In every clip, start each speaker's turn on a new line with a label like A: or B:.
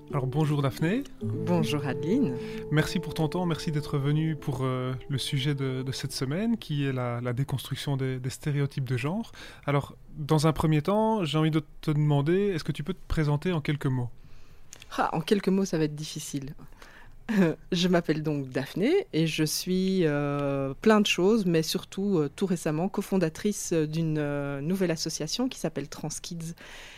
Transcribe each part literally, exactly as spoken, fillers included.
A: Alors bonjour Daphné,
B: Bonjour Adeline.
A: merci pour ton temps, merci d'être venue pour euh, le sujet de, de cette semaine qui est la, la déconstruction des, des stéréotypes de genre. Alors dans un premier temps, j'ai envie de te demander, est-ce que tu peux te présenter en quelques mots?
B: Ah, en quelques mots, ça va être difficile. Euh, je m'appelle donc Daphné et je suis euh, plein de choses, mais surtout euh, tout récemment cofondatrice d'une euh, nouvelle association qui s'appelle TransKids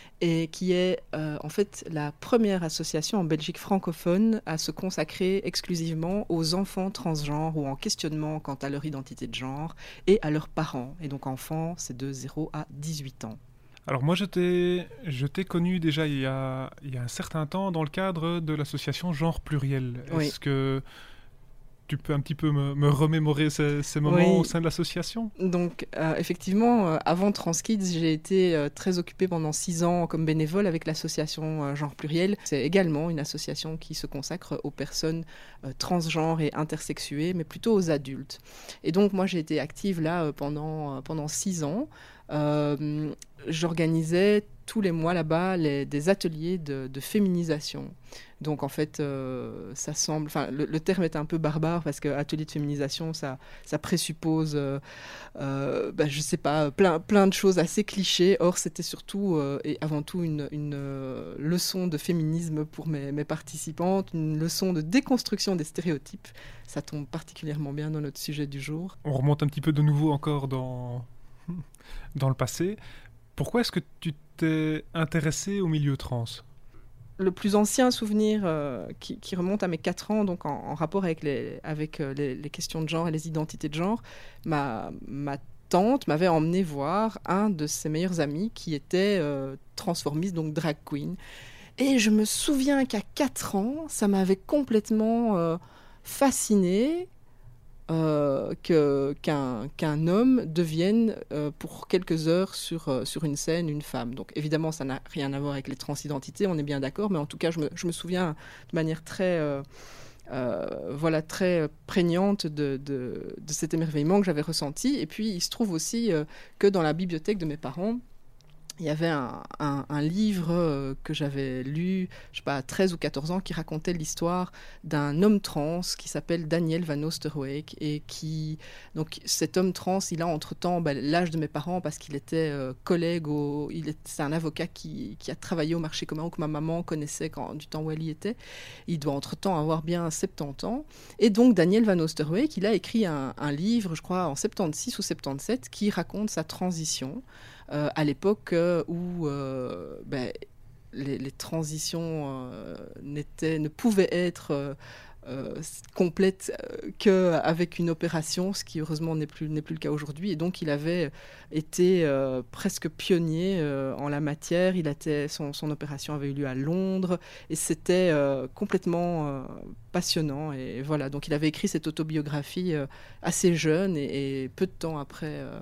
B: et qui est euh, en fait la première association en Belgique francophone à se consacrer exclusivement aux enfants transgenres ou en questionnement quant à leur identité de genre et à leurs parents. Et donc enfants, c'est de zéro à dix-huit ans.
A: Alors moi je t'ai, je t'ai connu déjà il y, a, il y a un certain temps dans le cadre de l'association Genre Pluriel.
B: Oui.
A: Est-ce que tu peux un petit peu me, me remémorer ces, ces moments
B: Oui,
A: au sein de l'association?
B: donc euh, effectivement, euh, avant TransKids, j'ai été euh, très occupée pendant six ans comme bénévole avec l'association euh, Genre Pluriel. C'est également une association qui se consacre aux personnes euh, transgenres et intersexuées, mais plutôt aux adultes. Et donc moi, j'ai été active là euh, pendant, euh, pendant six ans. Euh, J'organisais tous les mois là-bas les- des ateliers de, de féminisation. Donc en fait, euh, ça semble, enfin, le, le terme est un peu barbare parce que atelier de féminisation, ça, ça présuppose euh, euh, bah, je sais pas, plein, plein de choses assez clichés. Or, c'était surtout euh, et avant tout une, une euh, leçon de féminisme pour mes, mes participantes, une leçon de déconstruction des stéréotypes. Ça tombe particulièrement bien dans notre sujet du jour.
A: On remonte un petit peu de nouveau encore dans, dans le passé. Pourquoi est-ce que tu t'es intéressé au milieu trans?
B: Le plus ancien souvenir euh, qui, qui remonte à mes quatre ans, donc en, en rapport avec, les, avec euh, les, les questions de genre et les identités de genre, ma, ma tante m'avait emmené voir un de ses meilleurs amis qui était euh, transformiste, donc drag queen. Et je me souviens qu'à quatre ans, ça m'avait complètement euh, fascinée euh, que, qu'un, qu'un homme devienne euh, pour quelques heures sur, euh, sur une scène une femme. Donc évidemment, ça n'a rien à voir avec les transidentités, on est bien d'accord, mais en tout cas, je me, je me souviens de manière très, euh, euh, voilà, très prégnante de, de, de cet émerveillement que j'avais ressenti. Et puis, il se trouve aussi euh, que dans la bibliothèque de mes parents, il y avait un, un, un livre euh, que j'avais lu, je sais pas, à treize ou quatorze ans, qui racontait l'histoire d'un homme trans qui s'appelle Daniel Van Oosterweyck et qui, donc cet homme trans, il a entre-temps bah, l'âge de mes parents parce qu'il était euh, collègue, au, il est, c'est un avocat qui, qui a travaillé au marché commun ou que ma maman connaissait quand, du temps où elle y était. Il doit entre-temps avoir bien soixante-dix ans. Et donc Daniel Van Oosterweyck, il a écrit un, un livre, je crois, en soixante-seize ou soixante-dix-sept, qui raconte sa transition. Euh, à l'époque euh, où euh, ben, les, les transitions euh, n'étaient, ne pouvaient être euh, euh, complètes euh, qu'avec une opération, ce qui heureusement n'est plus, n'est plus le cas aujourd'hui. Et donc il avait été euh, presque pionnier euh, en la matière. Il était, son, son opération avait eu lieu à Londres et c'était euh, complètement euh, passionnant. Et voilà, donc il avait écrit cette autobiographie euh, assez jeune et, et peu de temps après... Euh,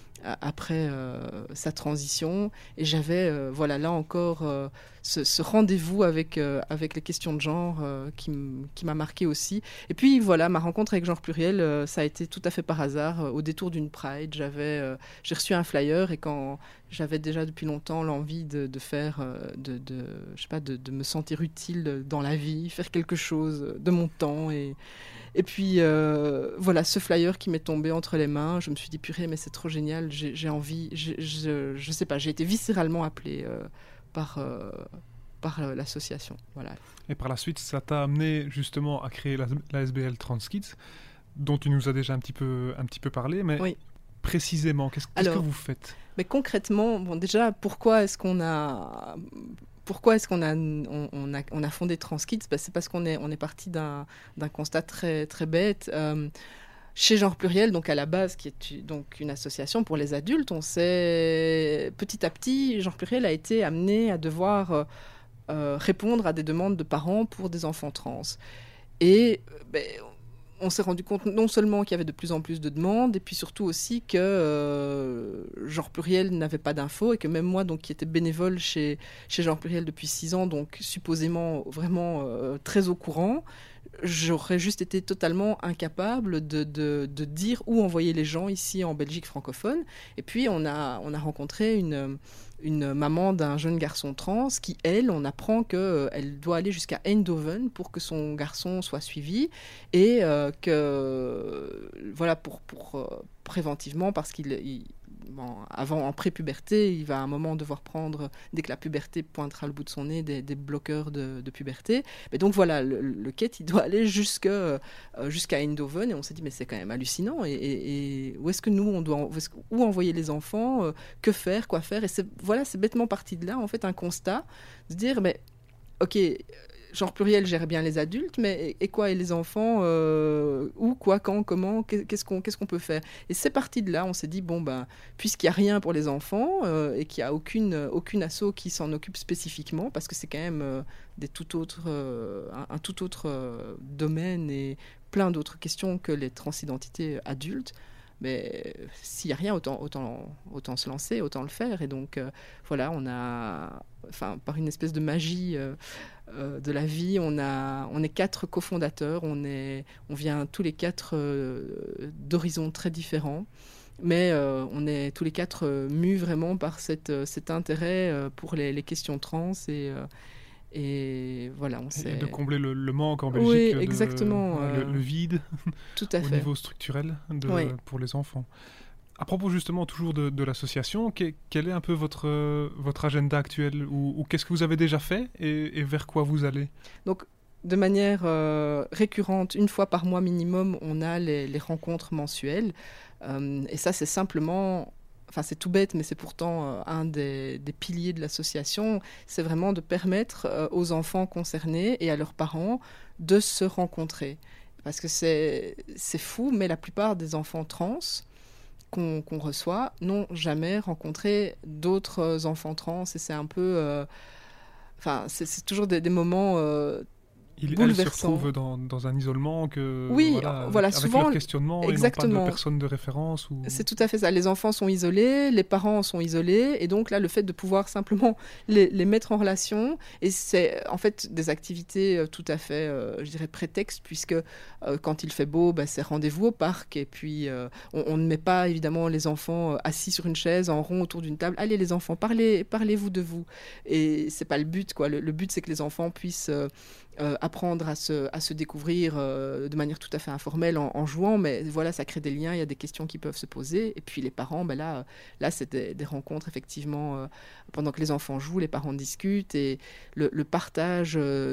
B: après euh, sa transition. Et j'avais, euh, voilà, là encore, euh, ce, ce rendez-vous avec, euh, avec les questions de genre euh, qui, m- qui m'a marqué aussi. Et puis, voilà, ma rencontre avec Genre Pluriel, euh, ça a été tout à fait par hasard. Euh, au détour d'une Pride, j'avais, euh, j'ai reçu un flyer et quand j'avais déjà depuis longtemps l'envie de, de faire, euh, de, de, je sais pas, de, de me sentir utile dans la vie, faire quelque chose de mon temps et et puis euh, voilà, ce flyer qui m'est tombé entre les mains, je me suis dit purée, mais c'est trop génial, j'ai, j'ai envie, j'ai- je, je sais pas, j'ai été viscéralement appelée euh, par, euh, par euh, l'association. Voilà.
A: Et par la suite, ça t'a amené justement à créer la, la S B L TransKids, dont tu nous as déjà un petit peu, un petit peu parlé, mais
B: Oui.
A: précisément, qu'est-ce, qu'est-ce que
B: Alors,
A: vous faites?
B: mais concrètement, bon, déjà, pourquoi est-ce qu'on a, pourquoi est-ce qu'on a, on, on a, on a fondé TransKids? Ben, c'est parce qu'on est, on est parti d'un, d'un constat très, très bête. Euh, Chez Genre Pluriel, donc à la base, qui est donc une association pour les adultes, on s'est petit à petit, Genre Pluriel a été amené à devoir euh, euh, répondre à des demandes de parents pour des enfants trans. Et euh, ben, on s'est rendu compte non seulement qu'il y avait de plus en plus de demandes, et puis surtout aussi que euh, Genre Pluriel n'avait pas d'infos, et que même moi, donc, qui étais bénévole chez, chez Genre Pluriel depuis six ans, donc supposément vraiment euh, très au courant, j'aurais juste été totalement incapable de, de, de dire où envoyer les gens ici en Belgique francophone. Et puis, on a, on a rencontré une, une maman d'un jeune garçon trans qui, elle, on apprend qu'elle doit aller jusqu'à Eindhoven pour que son garçon soit suivi et euh, que, voilà, pour, pour euh, préventivement, parce qu'il... il, Bon, avant, en pré-puberté, il va à un moment devoir prendre, dès que la puberté pointera le bout de son nez, des, des bloqueurs de, de puberté. Mais donc voilà, le, le quête, il doit aller jusque, euh, jusqu'à Eindhoven. Et on s'est dit, mais c'est quand même hallucinant. Et, et, et où est-ce que nous, on doit, où, où envoyer les enfants, euh, que faire, quoi faire. Et c'est, voilà, c'est bêtement parti de là, en fait, un constat, de se dire, mais ok, genre pluriel gère bien les adultes, mais et quoi, et les enfants, euh, où, quoi, quand, comment, qu'est-ce qu'on, qu'est-ce qu'on peut faire? Et c'est parti de là, on s'est dit, bon, ben, puisqu'il n'y a rien pour les enfants euh, et qu'il n'y a aucune, aucune asso qui s'en occupe spécifiquement, parce que c'est quand même euh, des tout autres, euh, un, un tout autre euh, domaine et plein d'autres questions que les transidentités adultes, mais s'il n'y a rien, autant, autant, autant se lancer, autant le faire. Et donc, euh, voilà, on a, enfin, par une espèce de magie euh, euh, de la vie, on, a, on est quatre cofondateurs, on, est, on vient tous les quatre euh, d'horizons très différents. Mais euh, on est tous les quatre euh, mus vraiment par cette, euh, cet intérêt euh, pour les, les questions trans et... Euh, Et voilà, on sait...
A: Et de combler le, le manque en Belgique,
B: oui,
A: de,
B: exactement,
A: voilà,
B: euh...
A: le, le vide
B: tout à
A: au
B: fait.
A: niveau structurel de,
B: oui.
A: pour les enfants. À propos justement toujours de, de l'association, que, quel est un peu votre, votre agenda actuel ou, ou qu'est-ce que vous avez déjà fait et, et vers quoi vous allez?
B: Donc, de manière euh, récurrente, une fois par mois minimum, on a les, les rencontres mensuelles. Euh, et ça, c'est simplement... Enfin, c'est tout bête, mais c'est pourtant euh, un des, des piliers de l'association. C'est vraiment de permettre euh, aux enfants concernés et à leurs parents de se rencontrer. Parce que c'est, c'est fou, mais la plupart des enfants trans qu'on, qu'on reçoit n'ont jamais rencontré d'autres enfants trans. Et c'est un peu... Euh, enfin, c'est, c'est toujours des, des moments... Euh,
A: Il, elles se retrouvent dans, dans un isolement que,
B: oui,
A: voilà, avec,
B: voilà,
A: avec
B: souvent,
A: leur questionnement
B: exactement.
A: Et non pas de personne de référence. Ou...
B: C'est tout à fait ça. Les enfants sont isolés, les parents sont isolés, et donc là, le fait de pouvoir simplement les, les mettre en relation, et c'est en fait des activités euh, tout à fait, euh, je dirais, prétexte, puisque euh, quand il fait beau, bah, c'est rendez-vous au parc, et puis euh, on, on ne met pas évidemment les enfants euh, assis sur une chaise, en rond autour d'une table. Allez les enfants, parlez, parlez-vous de vous. Et c'est pas le but, quoi. Le, le but, c'est que les enfants puissent... Euh, Euh, apprendre à se, à se découvrir euh, de manière tout à fait informelle en, en jouant, mais voilà, ça crée des liens, il y a des questions qui peuvent se poser, et puis les parents, ben là, là c'est des, des rencontres effectivement, euh, pendant que les enfants jouent, les parents discutent, et le, le partage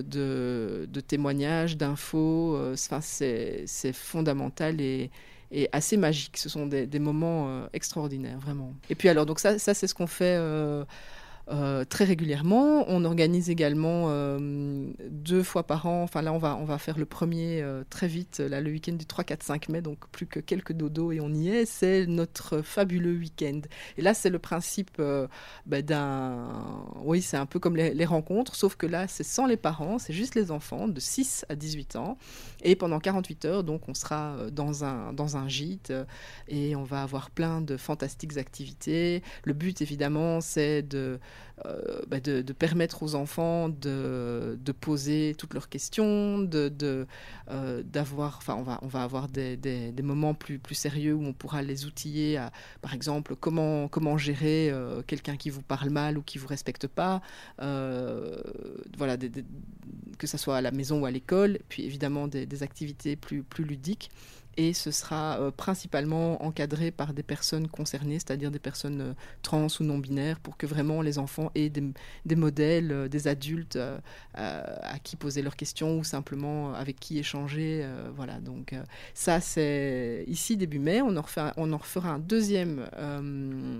B: de, de témoignages, d'infos, euh, c'est, c'est fondamental et et assez magique. Ce sont des, des moments euh, extraordinaires, vraiment. Et puis alors, donc ça, ça c'est ce qu'on fait... Euh, Euh, très régulièrement. On organise également euh, deux fois par an, enfin là on va, on va faire le premier euh, très vite, là, le week-end du trois, quatre, cinq mai, donc plus que quelques dodos et on y est, c'est notre fabuleux week-end. Et là c'est le principe euh, bah, d'un... Oui, c'est un peu comme les, les rencontres, sauf que là c'est sans les parents, c'est juste les enfants de six à dix-huit ans, et pendant quarante-huit heures, donc on sera dans un, dans un gîte euh, et on va avoir plein de fantastiques activités. Le but évidemment c'est de Euh, bah de, de permettre aux enfants de, de poser toutes leurs questions, de, de, euh, d'avoir, enfin, on va, on va avoir des, des, des moments plus, plus sérieux où on pourra les outiller à, par exemple, comment, comment gérer euh, quelqu'un qui vous parle mal ou qui vous respecte pas, euh, voilà, des, des, que ce soit à la maison ou à l'école, puis évidemment des, des activités plus, plus ludiques. Et ce sera euh, principalement encadré par des personnes concernées, c'est-à-dire des personnes euh, trans ou non-binaires, pour que vraiment les enfants aient des, des modèles, euh, des adultes euh, à qui poser leurs questions ou simplement avec qui échanger. Euh, voilà, donc euh, ça c'est ici début mai. On en, refait, on en refera un deuxième euh,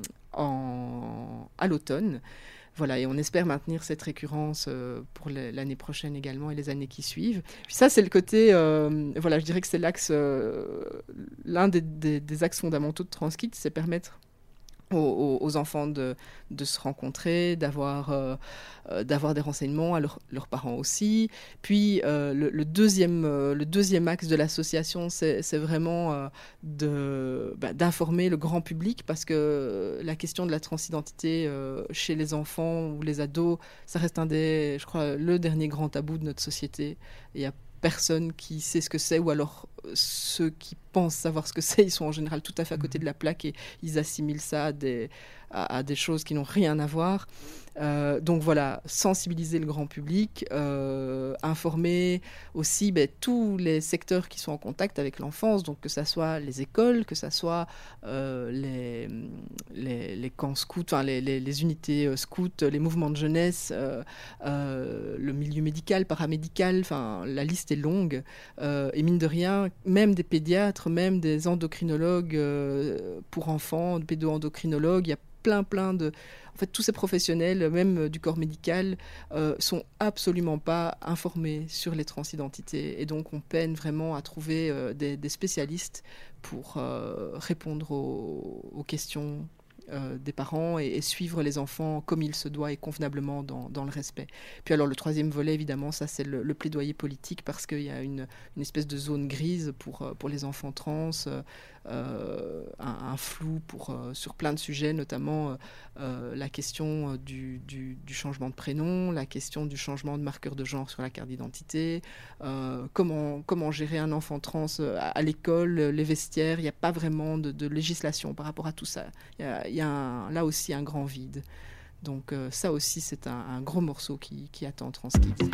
B: en, à l'automne. Voilà, et on espère maintenir cette récurrence euh, pour l'année prochaine également et les années qui suivent. Puis ça, c'est le côté, euh, voilà, je dirais que c'est l'axe, euh, l'un des, des, des axes fondamentaux de Transkid, c'est permettre aux, aux enfants de, de se rencontrer, d'avoir, euh, d'avoir des renseignements, à leur, leurs parents aussi. Puis euh, le, le, deuxième, euh, le deuxième axe de l'association, c'est, c'est vraiment euh, de, bah, d'informer le grand public, parce que la question de la transidentité euh, chez les enfants ou les ados, ça reste un des, je crois, le dernier grand tabou de notre société. Il y a personne qui sait ce que c'est, ou alors ceux qui pensent savoir ce que c'est, ils sont en général tout à fait à côté de la plaque et ils assimilent ça à des, à, à des choses qui n'ont rien à voir. Euh, donc voilà, sensibiliser le grand public, euh, informer aussi ben, tous les secteurs qui sont en contact avec l'enfance, donc que ce soit les écoles, que ce soit euh, les, les, les camps scouts, enfin, les, les, les unités euh, scouts, les mouvements de jeunesse, euh, euh, le milieu médical, paramédical, enfin, la liste est longue. Euh, et mine de rien, même des pédiatres, même des endocrinologues euh, pour enfants, des pédo-endocrinologues, il y a plein, plein de... En fait, tous ces professionnels, même du corps médical, euh, sont absolument pas informés sur les transidentités. Et donc, on peine vraiment à trouver euh, des, des spécialistes pour euh, répondre aux, aux questions euh, des parents et, et suivre les enfants comme il se doit et convenablement dans, dans le respect. Puis alors, le troisième volet, évidemment, ça, c'est le, le plaidoyer politique, parce qu'il y a une, une espèce de zone grise pour, pour les enfants trans, euh, un, un flou pour, euh, sur plein de sujets, notamment euh, la question du, du, du changement de prénom, la question du changement de marqueur de genre sur la carte d'identité, euh, comment, comment gérer un enfant trans à, à l'école, les vestiaires. Il n'y a pas vraiment de, de législation par rapport à tout ça. Il y a, il y a un, là aussi un grand vide. Donc euh, ça aussi, c'est un, un gros morceau qui, qui attend TransKids.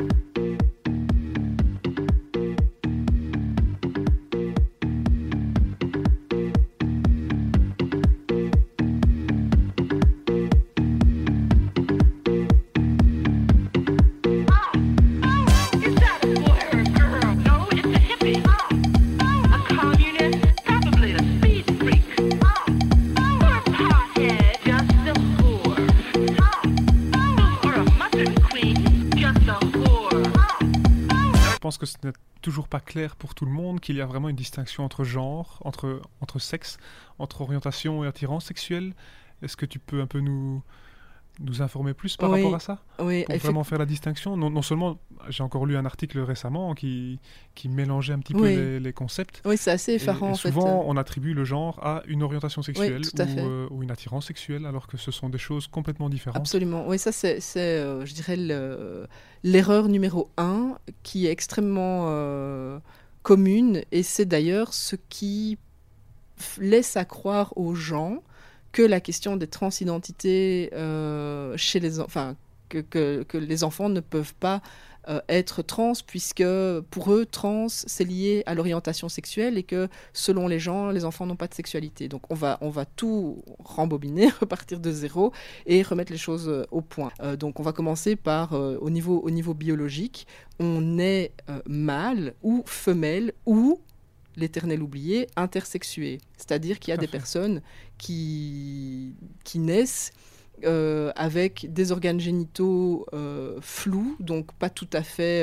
A: Je pense que ce n'est toujours pas clair pour tout le monde qu'il y a vraiment une distinction entre genre, entre, entre sexe, entre orientation et attirance sexuelle. Est-ce que tu peux un peu nous, nous informer plus par
B: oui,
A: rapport à ça,
B: oui,
A: pour vraiment faire la distinction? Non, non seulement, j'ai encore lu un article récemment qui, qui mélangeait un petit peu
B: oui.
A: les, les concepts.
B: Oui, c'est assez effarant.
A: Et, et
B: en
A: souvent,
B: fait.
A: on attribue le genre à une orientation sexuelle
B: oui,
A: ou, euh, ou une attirance sexuelle, alors que ce sont des choses complètement différentes.
B: Absolument. Oui, ça, c'est, c'est euh, je dirais, le, l'erreur numéro un, qui est extrêmement euh, commune, et c'est d'ailleurs ce qui f- laisse à croire aux gens que la question des transidentités euh, chez les, en- enfin, que, que, que les enfants ne peuvent pas euh, être trans, puisque pour eux, trans, c'est lié à l'orientation sexuelle, et que selon les gens, les enfants n'ont pas de sexualité. Donc on va, on va tout rembobiner, repartir de zéro et remettre les choses euh, au point. Euh, donc on va commencer par, euh, au, niveau, au niveau biologique, on est euh, mâle ou femelle ou, l'éternel oublié, intersexué. C'est-à-dire qu'il y a
A: Tout à
B: des
A: fait. personnes
B: qui, qui naissent euh, avec des organes génitaux euh, flous, donc pas tout à fait...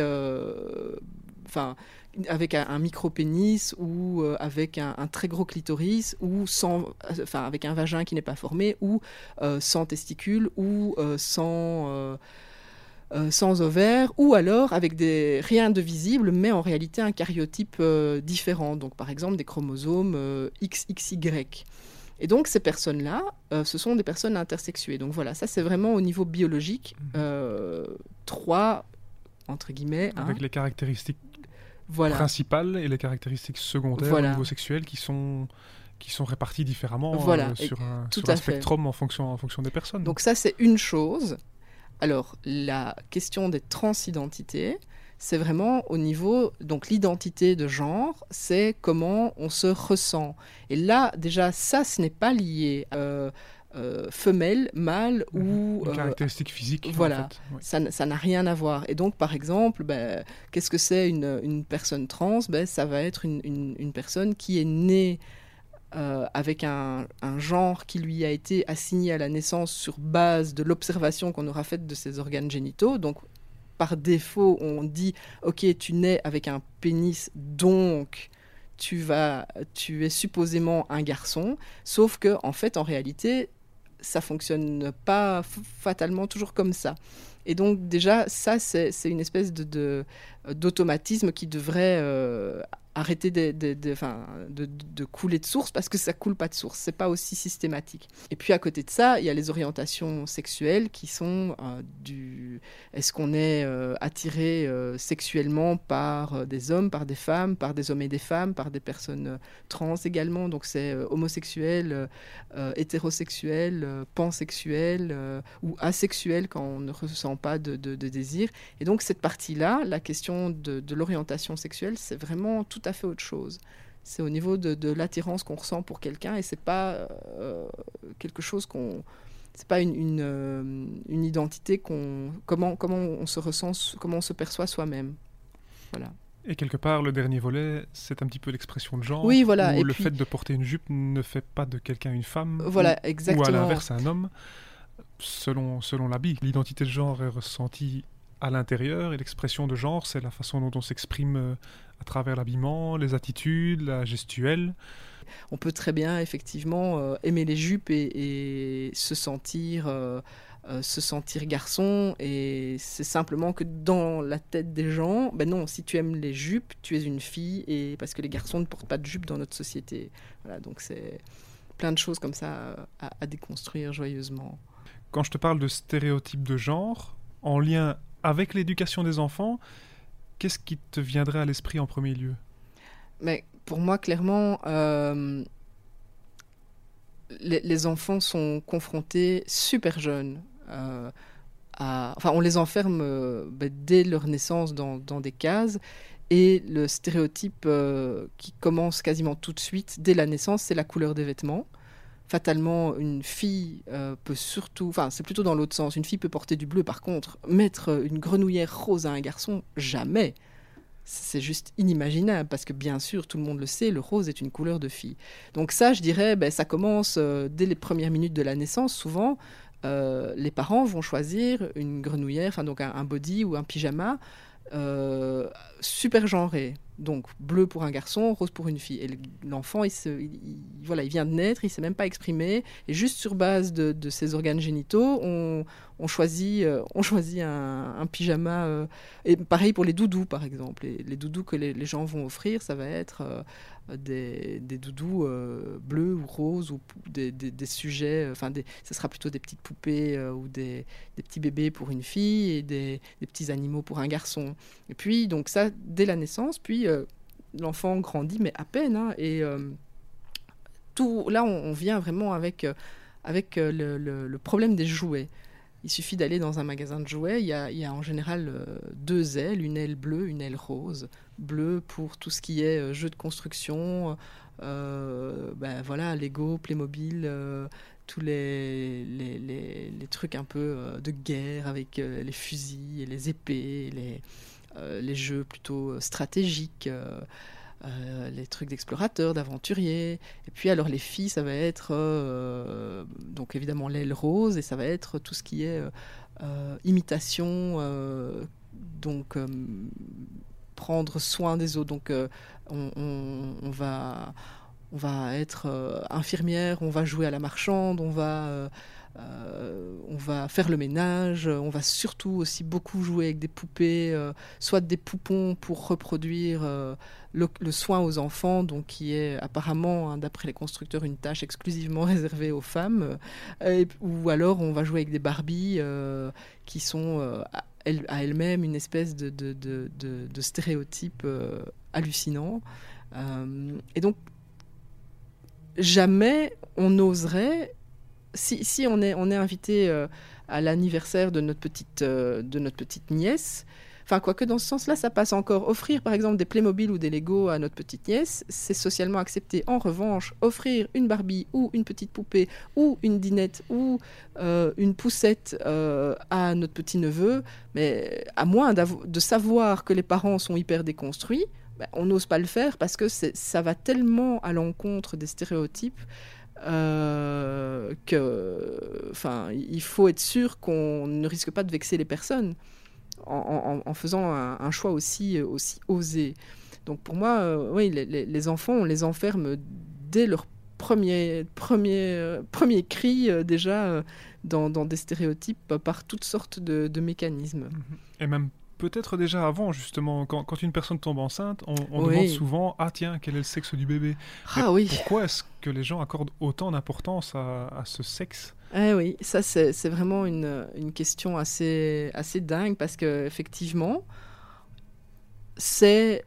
B: Enfin, euh, avec un, un micro-pénis ou euh, avec un, un très gros clitoris, ou sans, enfin, avec un vagin qui n'est pas formé, ou euh, sans testicules, ou euh, sans... Euh, Euh, sans ovaires, ou alors avec des, rien de visible, mais en réalité un karyotype euh, différent, donc par exemple des chromosomes euh, X X Y. Et donc ces personnes-là, euh, ce sont des personnes intersexuées. Donc voilà, ça c'est vraiment au niveau biologique, euh, trois, entre guillemets...
A: Avec
B: hein,
A: les caractéristiques
B: voilà.
A: principales et les caractéristiques secondaires
B: Voilà.
A: au niveau sexuel qui sont... qui sont répartis différemment
B: Voilà,
A: euh, sur un,
B: tout
A: sur un
B: à fait.
A: spectrum en fonction, en fonction des personnes.
B: Donc ça, c'est une chose. Alors, la question des transidentités, c'est vraiment au niveau... Donc, l'identité de genre, c'est comment on se ressent. Et là, déjà, ça, ce n'est pas lié euh, euh, femelle, mâle
A: Mmh.
B: ou...
A: Une
B: euh,
A: caractéristique physique,
B: voilà.
A: en fait. Oui.
B: Ça, n- ça n'a rien à voir. Et donc, par exemple, ben, qu'est-ce que c'est une, une personne trans? Ben, ça va être une, une, une personne qui est née euh, avec un, un genre qui lui a été assigné à la naissance sur base de l'observation qu'on aura faite de ses organes génitaux. Donc, par défaut, on dit « Ok, tu nais avec un pénis, donc tu, vas, tu es supposément un garçon. » Sauf que, en fait, en réalité, ça fonctionne pas f- fatalement toujours comme ça. Et donc déjà, ça, c'est, c'est une espèce de, de, d'automatisme qui devrait euh, arrêter de, de, de, enfin, de, de couler de source parce que ça coule pas de source, c'est pas aussi systématique. Et puis à côté de ça, il y a les orientations sexuelles qui sont euh, du... Est-ce qu'on est euh, attiré euh, sexuellement par euh, des hommes, par des femmes, par des hommes et des femmes, par des personnes euh, trans également, donc c'est euh, homosexuel, euh, euh, hétérosexuel, euh, pansexuel euh, ou asexuel quand on ne ressent pas de, de, de désir. Et donc cette partie-là, la question de, de l'orientation sexuelle, c'est vraiment tout à fait autre chose. C'est au niveau de, de l'attirance qu'on ressent pour quelqu'un et c'est pas euh, quelque chose qu'on... C'est pas une, une, euh, une identité qu'on... Comment, comment on se ressent, comment on se perçoit soi-même. Voilà.
A: Et quelque part, le dernier volet, c'est un petit peu l'expression de genre.
B: Oui, voilà.
A: Où
B: et
A: le
B: puis,
A: fait de porter une jupe ne fait pas de quelqu'un une femme.
B: Voilà,
A: ou,
B: exactement.
A: Ou à l'inverse, un homme. Selon, selon l'habit, l'identité de genre est ressentie à l'intérieur et l'expression de genre, c'est la façon dont on s'exprime euh, à travers l'habillement, les attitudes, la gestuelle.
B: On peut très bien effectivement euh, aimer les jupes et, et se sentir euh, euh, se sentir garçon, et c'est simplement que dans la tête des gens, ben non, si tu aimes les jupes, tu es une fille, et parce que les garçons ne portent pas de jupe dans notre société. Voilà, donc c'est plein de choses comme ça à, à déconstruire joyeusement.
A: Quand je te parle de stéréotypes de genre, en lien avec l'éducation des enfants, qu'est-ce qui te viendrait à l'esprit en premier lieu ?
B: Mais pour moi, clairement, euh, les, les enfants sont confrontés super jeunes. Euh, à, enfin, on les enferme euh, ben, dès leur naissance dans, dans des cases. Et le stéréotype euh, qui commence quasiment tout de suite, dès la naissance, c'est la couleur des vêtements. Fatalement, une fille euh, peut surtout... Enfin, c'est plutôt dans l'autre sens. Une fille peut porter du bleu, par contre. Mettre une grenouillère rose à un garçon, jamais. C'est juste inimaginable, parce que bien sûr, tout le monde le sait, le rose est une couleur de fille. Donc ça, je dirais, ben, ça commence euh, dès les premières minutes de la naissance. Souvent, euh, les parents vont choisir une grenouillère, enfin donc un, un body ou un pyjama, euh, super genré. Donc bleu pour un garçon, rose pour une fille. Et l'enfant, il, se, il, il, voilà, il vient de naître, il ne s'est même pas exprimé. Et juste sur base de, de ses organes génitaux, on, on choisit, euh, on choisit un, un pyjama. Euh, et pareil pour les doudous, par exemple. Les, les doudous que les, les gens vont offrir, ça va être euh, des, des doudous euh, bleus ou roses, ou des, des, des sujets. Enfin, des, ce sera plutôt des petites poupées euh, ou des, des petits bébés pour une fille et des, des petits animaux pour un garçon. Et puis, donc ça, dès la naissance, puis euh, l'enfant grandit, mais à peine. Hein, et euh, tout, là, on, on vient vraiment avec, euh, avec euh, le, le, le problème des jouets. Il suffit d'aller dans un magasin de jouets. Il y a, il y a en général euh, deux ailes, une aile bleue, une aile rose. Bleue pour tout ce qui est euh, jeux de construction, euh, ben voilà, Lego, Playmobil, euh, tous les, les, les, les trucs un peu euh, de guerre avec euh, les fusils et les épées, les, euh, les jeux plutôt stratégiques, euh, euh, les trucs d'explorateurs, d'aventuriers. Et puis alors les filles, ça va être euh, donc évidemment l'aile rose, et ça va être tout ce qui est euh, euh, imitation, euh, donc euh, prendre soin des autres. Donc euh, on, on, on va on va être euh, infirmière, on va jouer à la marchande, on va euh, euh, on va faire le ménage, on va surtout aussi beaucoup jouer avec des poupées, euh, soit des poupons pour reproduire euh, le, le soin aux enfants, donc qui est apparemment, hein, d'après les constructeurs, une tâche exclusivement réservée aux femmes, euh, et, ou alors on va jouer avec des Barbies euh, qui sont euh, à, elles, à elles-mêmes une espèce de, de, de, de, de stéréotype euh, hallucinant. Euh, et donc jamais on n'oserait, si, si on est, on est invité euh, à l'anniversaire de notre petite, euh, de notre petite nièce, enfin quoique dans ce sens-là ça passe encore, offrir par exemple des Playmobil ou des Lego à notre petite nièce, c'est socialement accepté. En revanche, offrir une Barbie ou une petite poupée ou une dinette ou euh, une poussette euh, à notre petit-neveu, mais à moins de savoir que les parents sont hyper déconstruits, ben, on n'ose pas le faire parce que c'est, ça va tellement à l'encontre des stéréotypes euh, que, enfin, il faut être sûr qu'on ne risque pas de vexer les personnes en, en, en faisant un, un choix aussi, aussi osé. Donc pour moi, euh, oui, les, les enfants, on les enferme dès leur premier, premier, euh, premier cri euh, déjà euh, dans, dans des stéréotypes par toutes sortes de, de mécanismes.
A: Et même peut-être déjà avant, justement, quand, quand une personne tombe enceinte, on, on
B: Oui.
A: demande souvent « Ah tiens, quel est le sexe du bébé ?» Mais
B: Ah oui.
A: pourquoi est-ce que les gens accordent autant d'importance à, à ce sexe?
B: Eh oui, ça c'est, c'est vraiment une, une question assez, assez dingue parce qu'effectivement, c'est...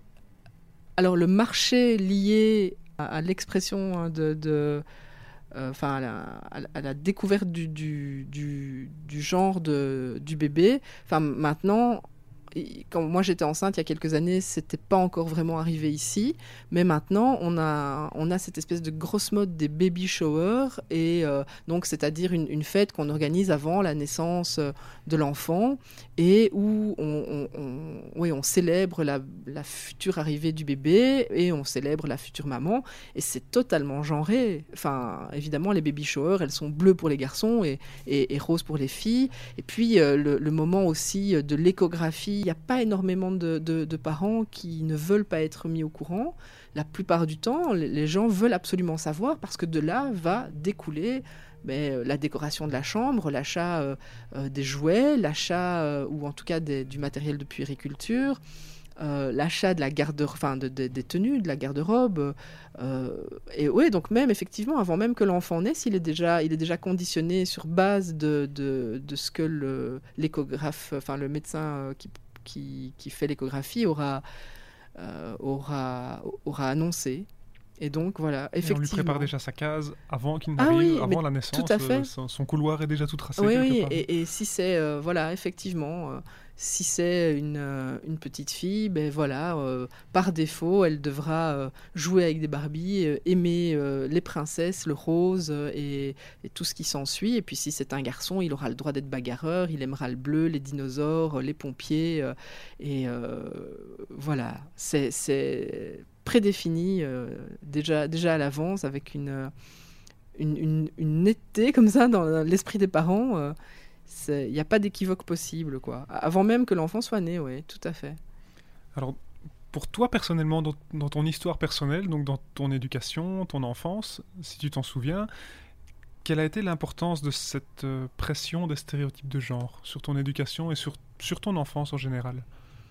B: Alors le marché lié à, à l'expression hein, de... de euh, enfin, à la, à la- à la découverte du, du, du, du genre de, du bébé. Enfin, maintenant, et quand moi j'étais enceinte il y a quelques années, c'était pas encore vraiment arrivé ici, mais maintenant on a, on a cette espèce de grosse mode des baby showers, et euh, donc c'est-à-dire une, une fête qu'on organise avant la naissance euh, de l'enfant et où on, on, on- oui, on célèbre la, la future arrivée du bébé et on célèbre la future maman, et c'est totalement genré. Enfin, évidemment, les baby showers, elles sont bleues pour les garçons et, et, et roses pour les filles. Et puis, euh, le, le moment aussi euh, de l'échographie, il n'y a pas énormément de, de- de parents qui ne veulent pas être mis au courant. La plupart du temps, les, les gens veulent absolument savoir parce que de là va découler ben, euh, la décoration de la chambre, l'achat euh, euh, des jouets, l'achat, euh, ou en tout cas des- du matériel de puériculture, euh, l'achat de la garde, enfin de- de- des tenues, de la garde-robe. euh, et oui, donc même effectivement, avant même que l'enfant naisse, il est déjà, il est déjà conditionné sur base de, de, de ce que le, l'échographe, enfin le médecin euh, qui, qui, qui fait l'échographie aura, euh, aura, aura annoncé. Et donc voilà,
A: Et on lui prépare
B: effectivement.
A: déjà sa case avant qu'il
B: Ah
A: n'arrive,
B: oui, mais
A: avant la
B: tout
A: naissance,
B: à
A: euh,
B: fait.
A: son, son couloir est déjà tout tracé
B: Oui,
A: quelque
B: oui,
A: part.
B: et, et si c'est, euh, voilà, effectivement, euh, si c'est une, euh, une petite fille, ben voilà, euh, par défaut, elle devra euh, jouer avec des Barbies, euh, aimer euh, les princesses, le rose euh, et, et tout ce qui s'ensuit. Et puis si c'est un garçon, il aura le droit d'être bagarreur, il aimera le bleu, les dinosaures, euh, les pompiers. euh, et euh, voilà, c'est, c'est prédéfini euh, déjà, déjà à l'avance avec une... euh, une, une, une netteté comme ça dans l'esprit des parents. euh, c'est- Il n'y a pas d'équivoque possible, quoi. Avant même que l'enfant soit né, oui, tout à fait.
A: Alors, pour toi personnellement, dans, dans ton histoire personnelle, donc dans ton éducation, ton enfance, si tu t'en souviens, quelle a été l'importance de cette euh, pression des stéréotypes de genre sur ton éducation et sur, sur ton enfance en général?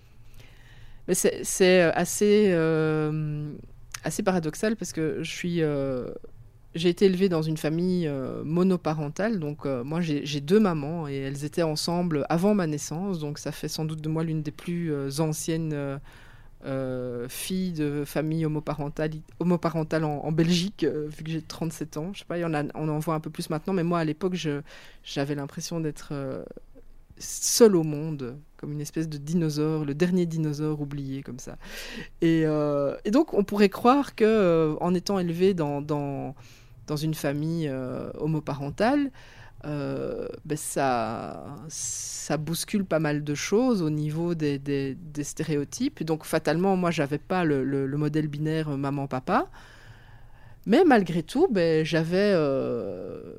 B: Mais c'est c'est assez, euh, assez paradoxal parce que je suis... euh, j'ai été élevée dans une famille euh, monoparentale, donc euh, moi j'ai j'ai deux mamans et elles étaient ensemble avant ma naissance, donc ça fait sans doute de moi l'une des plus euh, anciennes euh, euh, filles de famille homoparentale, homoparentale en, en Belgique, euh, vu que j'ai trente-sept ans. Je sais pas, il y en a, on en voit un peu plus maintenant, mais moi à l'époque je- j'avais l'impression d'être euh, seule au monde, comme une espèce de dinosaure, le dernier dinosaure oublié comme ça. Et, euh, et donc on pourrait croire que euh, en étant élevé dans, dans dans une famille euh, homoparentale, euh, ben ça, ça bouscule pas mal de choses au niveau des, des- des stéréotypes. Donc fatalement, moi, j'avais pas le, le- le modèle binaire euh, maman-papa. Mais malgré tout, ben, j'avais euh,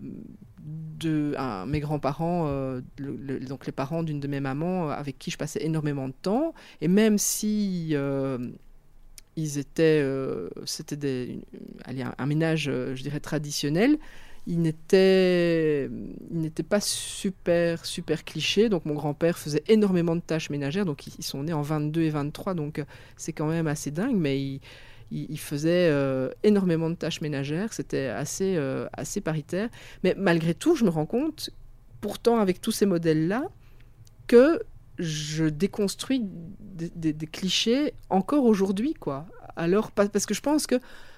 B: deux- un- mes grands-parents, euh, le- le- donc les parents d'une de mes mamans, euh, avec qui je passais énormément de temps. Et même si... euh, ils étaient, euh, c'était des, une- allez, un, un ménage, euh, je dirais, traditionnel. Ils n'étaient, ils n'étaient pas super, super clichés. Donc, mon grand-père faisait énormément de tâches ménagères. Donc, ils, ils sont nés en vingt-deux et vingt-trois. Donc, euh, c'est quand même assez dingue. Mais il, il, il faisait euh, énormément de tâches ménagères. C'était assez, euh, assez paritaire. Mais malgré tout, je me rends compte, pourtant, avec tous ces modèles-là, que je déconstruis des, des- des clichés encore aujourd'hui, quoi. Alors, pa- parce que je pense que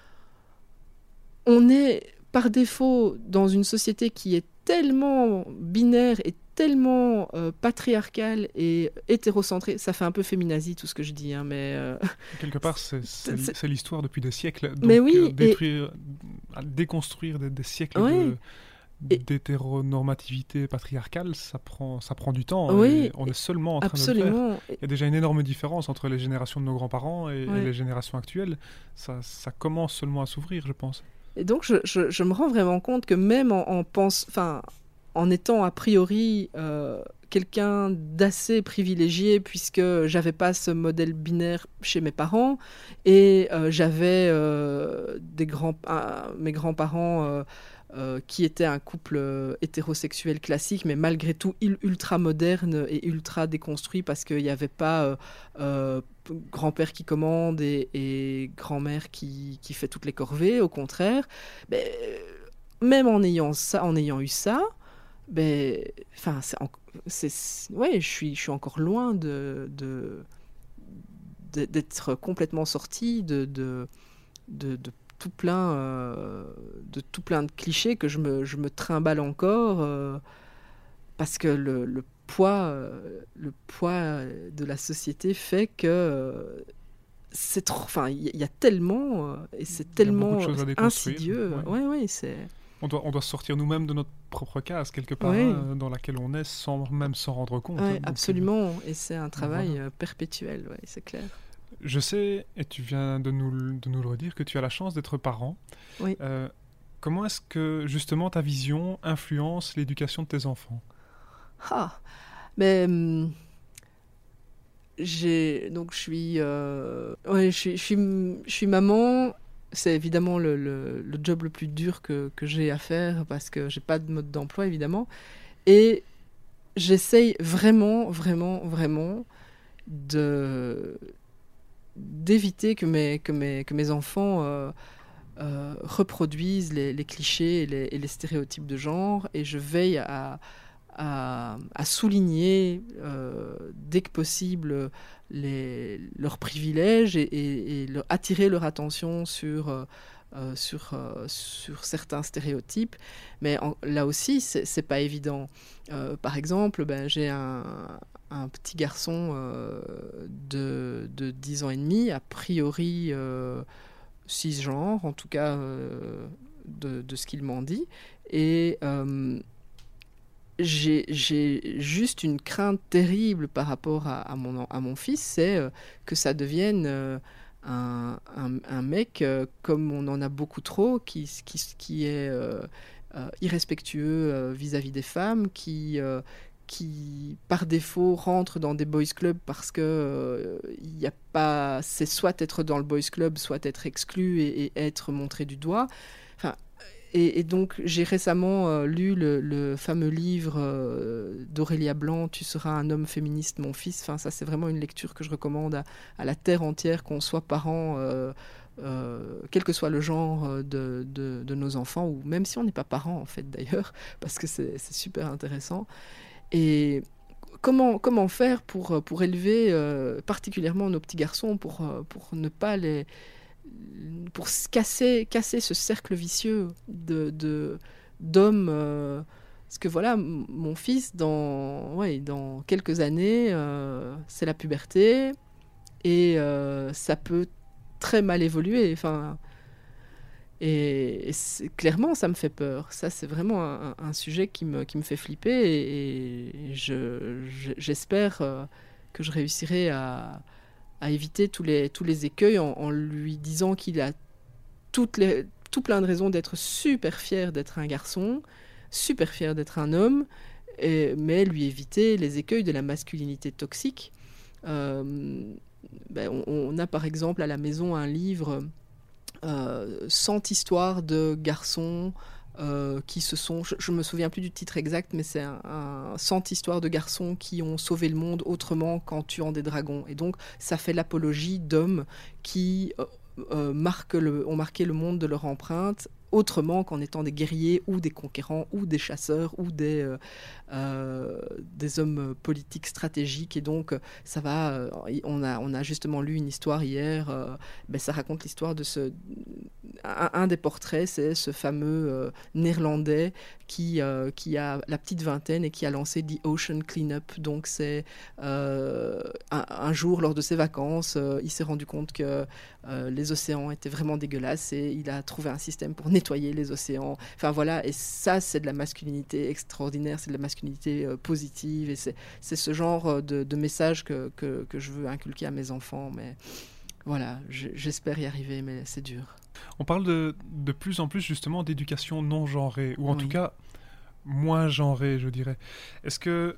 B: on est par défaut dans une société qui est tellement binaire et tellement euh, patriarcale et hétérocentrée. Ça fait un peu féminazie tout ce que je dis, hein, mais euh,
A: Quelque part, c'est c'est-
B: c'est-
A: c'est l'histoire depuis des siècles.
B: mais
A: Donc, euh,
B: oui, et
A: détruire, à déconstruire des, des siècles
B: ouais,
A: de
B: et
A: d'hétéronormativité patriarcale, ça prend, ça prend du temps et
B: oui,
A: on est seulement en train de le faire.
B: absolument. Et-
A: Il y a déjà une énorme différence entre les générations de nos grands-parents et, et
B: ouais.
A: les générations actuelles. Ça, ça commence seulement à s'ouvrir, je pense.
B: Et donc, je, je- je me rends vraiment compte que même en, en pense, enfin, en étant a priori euh, quelqu'un d'assez privilégié, puisque j'avais pas ce modèle binaire chez mes parents, et euh, j'avais euh, des grands, ah, mes grands-parents euh, euh, qui était un couple euh, hétérosexuel classique, mais malgré tout il- ultra moderne et ultra déconstruit parce qu'il n'y avait pas euh, euh, grand-père qui commande et, et grand-mère qui, qui fait toutes les corvées, au contraire. Mais, euh, même en ayant ça, en ayant eu ça, ben, enfin, c'est, en- c'est- ouais, je suis, je suis encore loin de, de- de- d'être complètement sortie de, de, de, de tout plein, euh, de tout plein de clichés que je me, je me trimballe encore euh, parce que le, le poids, euh, le poids de la société fait que euh, c'est trop, enfin, il y, y a tellement euh, et c'est
A: Il y a beaucoup de
B: tellement
A: choses à déconstruire.
B: insidieux.
A: Ouais.
B: Ouais, ouais, c'est.
A: On doit, on doit sortir nous-mêmes de notre propre case, quelque part,
B: Ouais.
A: hein, dans laquelle on est, sans même s'en rendre compte.
B: Ouais,
A: hein. Donc,
B: absolument. Et c'est un travail
A: voilà.
B: euh, perpétuel, ouais, c'est clair.
A: Je sais, et tu viens de nous, le- de nous le redire, que tu as la chance d'être parent.
B: Oui.
A: Euh, comment est-ce que, justement, ta vision influence l'éducation de tes enfants?
B: Ah, mais hum, j'ai donc je suis, euh, ouais, je suis, je suis, je suis maman. C'est évidemment le, le, le job le plus dur que, que j'ai à faire parce que j'ai pas de mode d'emploi évidemment. Et j'essaye vraiment, vraiment, vraiment de d'éviter que mes que mes que mes enfants euh, euh, reproduisent les, les clichés et les, et les stéréotypes de genre. Et je veille à à, à souligner euh, dès que possible les, leurs privilèges et, et, et leur, attirer leur attention sur, euh, euh, sur, euh, sur certains stéréotypes. Mais en, là aussi, c'est, c'est pas évident. Euh, par exemple, ben, j'ai un, un petit garçon euh, de, de dix ans et demi, a priori euh, cisgenre, en tout cas euh, de, de ce qu'il m'en dit. Et euh, j'ai, j'ai juste une crainte terrible par rapport à, à, mon, à mon fils, c'est euh, que ça devienne euh, un, un, un mec euh, comme on en a beaucoup trop, qui, qui, qui est euh, euh, irrespectueux euh, vis-à-vis des femmes, qui, euh, qui par défaut rentre dans des boys clubs parce que euh, y a pas, c'est soit être dans le boys club, soit être exclu et, et être montré du doigt. Enfin, Et, et donc, j'ai récemment euh, lu le, le fameux livre euh, d'Aurélia Blanc, Tu seras un homme féministe, mon fils. Enfin, ça, c'est vraiment une lecture que je recommande à, à la terre entière, qu'on soit parents, euh, euh, quel que soit le genre de, de, de nos enfants, ou même si on n'est pas parents, en fait, d'ailleurs, parce que c'est, c'est super intéressant. Et comment, comment faire pour, pour élever euh, particulièrement nos petits garçons, pour, pour ne pas les pour casser, casser ce cercle vicieux de, de, d'hommes. Euh, parce que voilà, m- mon fils, dans, ouais, dans quelques années, euh, c'est la puberté et euh, ça peut très mal évoluer. Enfin, et, et c'est- clairement, ça me fait peur. Ça, c'est vraiment un, un sujet qui me, qui me fait flipper et, et je, je- j'espère euh, que je réussirai à à éviter tous les, tous les écueils en, en lui disant qu'il a toutes les, tout plein de raisons d'être super fier d'être un garçon, super fier d'être un homme, et, mais lui éviter les écueils de la masculinité toxique. Euh, ben, on, on a par exemple à la maison un livre euh, cent histoires de garçons euh, qui se sont, je, je me souviens plus du titre exact, mais c'est un, un cent histoires de garçons qui ont sauvé le monde autrement qu'en tuant des dragons. Et donc, ça fait l'apologie d'hommes qui euh, euh, marquent le, ont marqué le monde de leur empreinte autrement qu'en étant des guerriers ou des conquérants ou des chasseurs ou des, euh, euh, des hommes politiques stratégiques. Et donc, ça va. Euh, on, a, on a justement lu une histoire hier. Euh, ben, ça raconte l'histoire de ce. Un, un des portraits, c'est ce fameux euh, néerlandais qui, euh, qui a la petite vingtaine et qui a lancé The Ocean Cleanup. Donc, c'est euh, un, un jour, lors de ses vacances, euh, il s'est rendu compte que euh, les océans étaient vraiment dégueulasses et il a trouvé un système pour nettoyer les océans. Enfin, voilà. Et ça, c'est de la masculinité extraordinaire, c'est de la masculinité euh, positive. Et c'est, c'est ce genre de, de message que, que, que je veux inculquer à mes enfants. Mais voilà, je, j'espère y arriver, mais c'est dur.
A: On parle de, de plus en plus justement d'éducation non genrée, ou en
B: Oui.
A: tout cas moins genrée, je dirais. Est-ce que,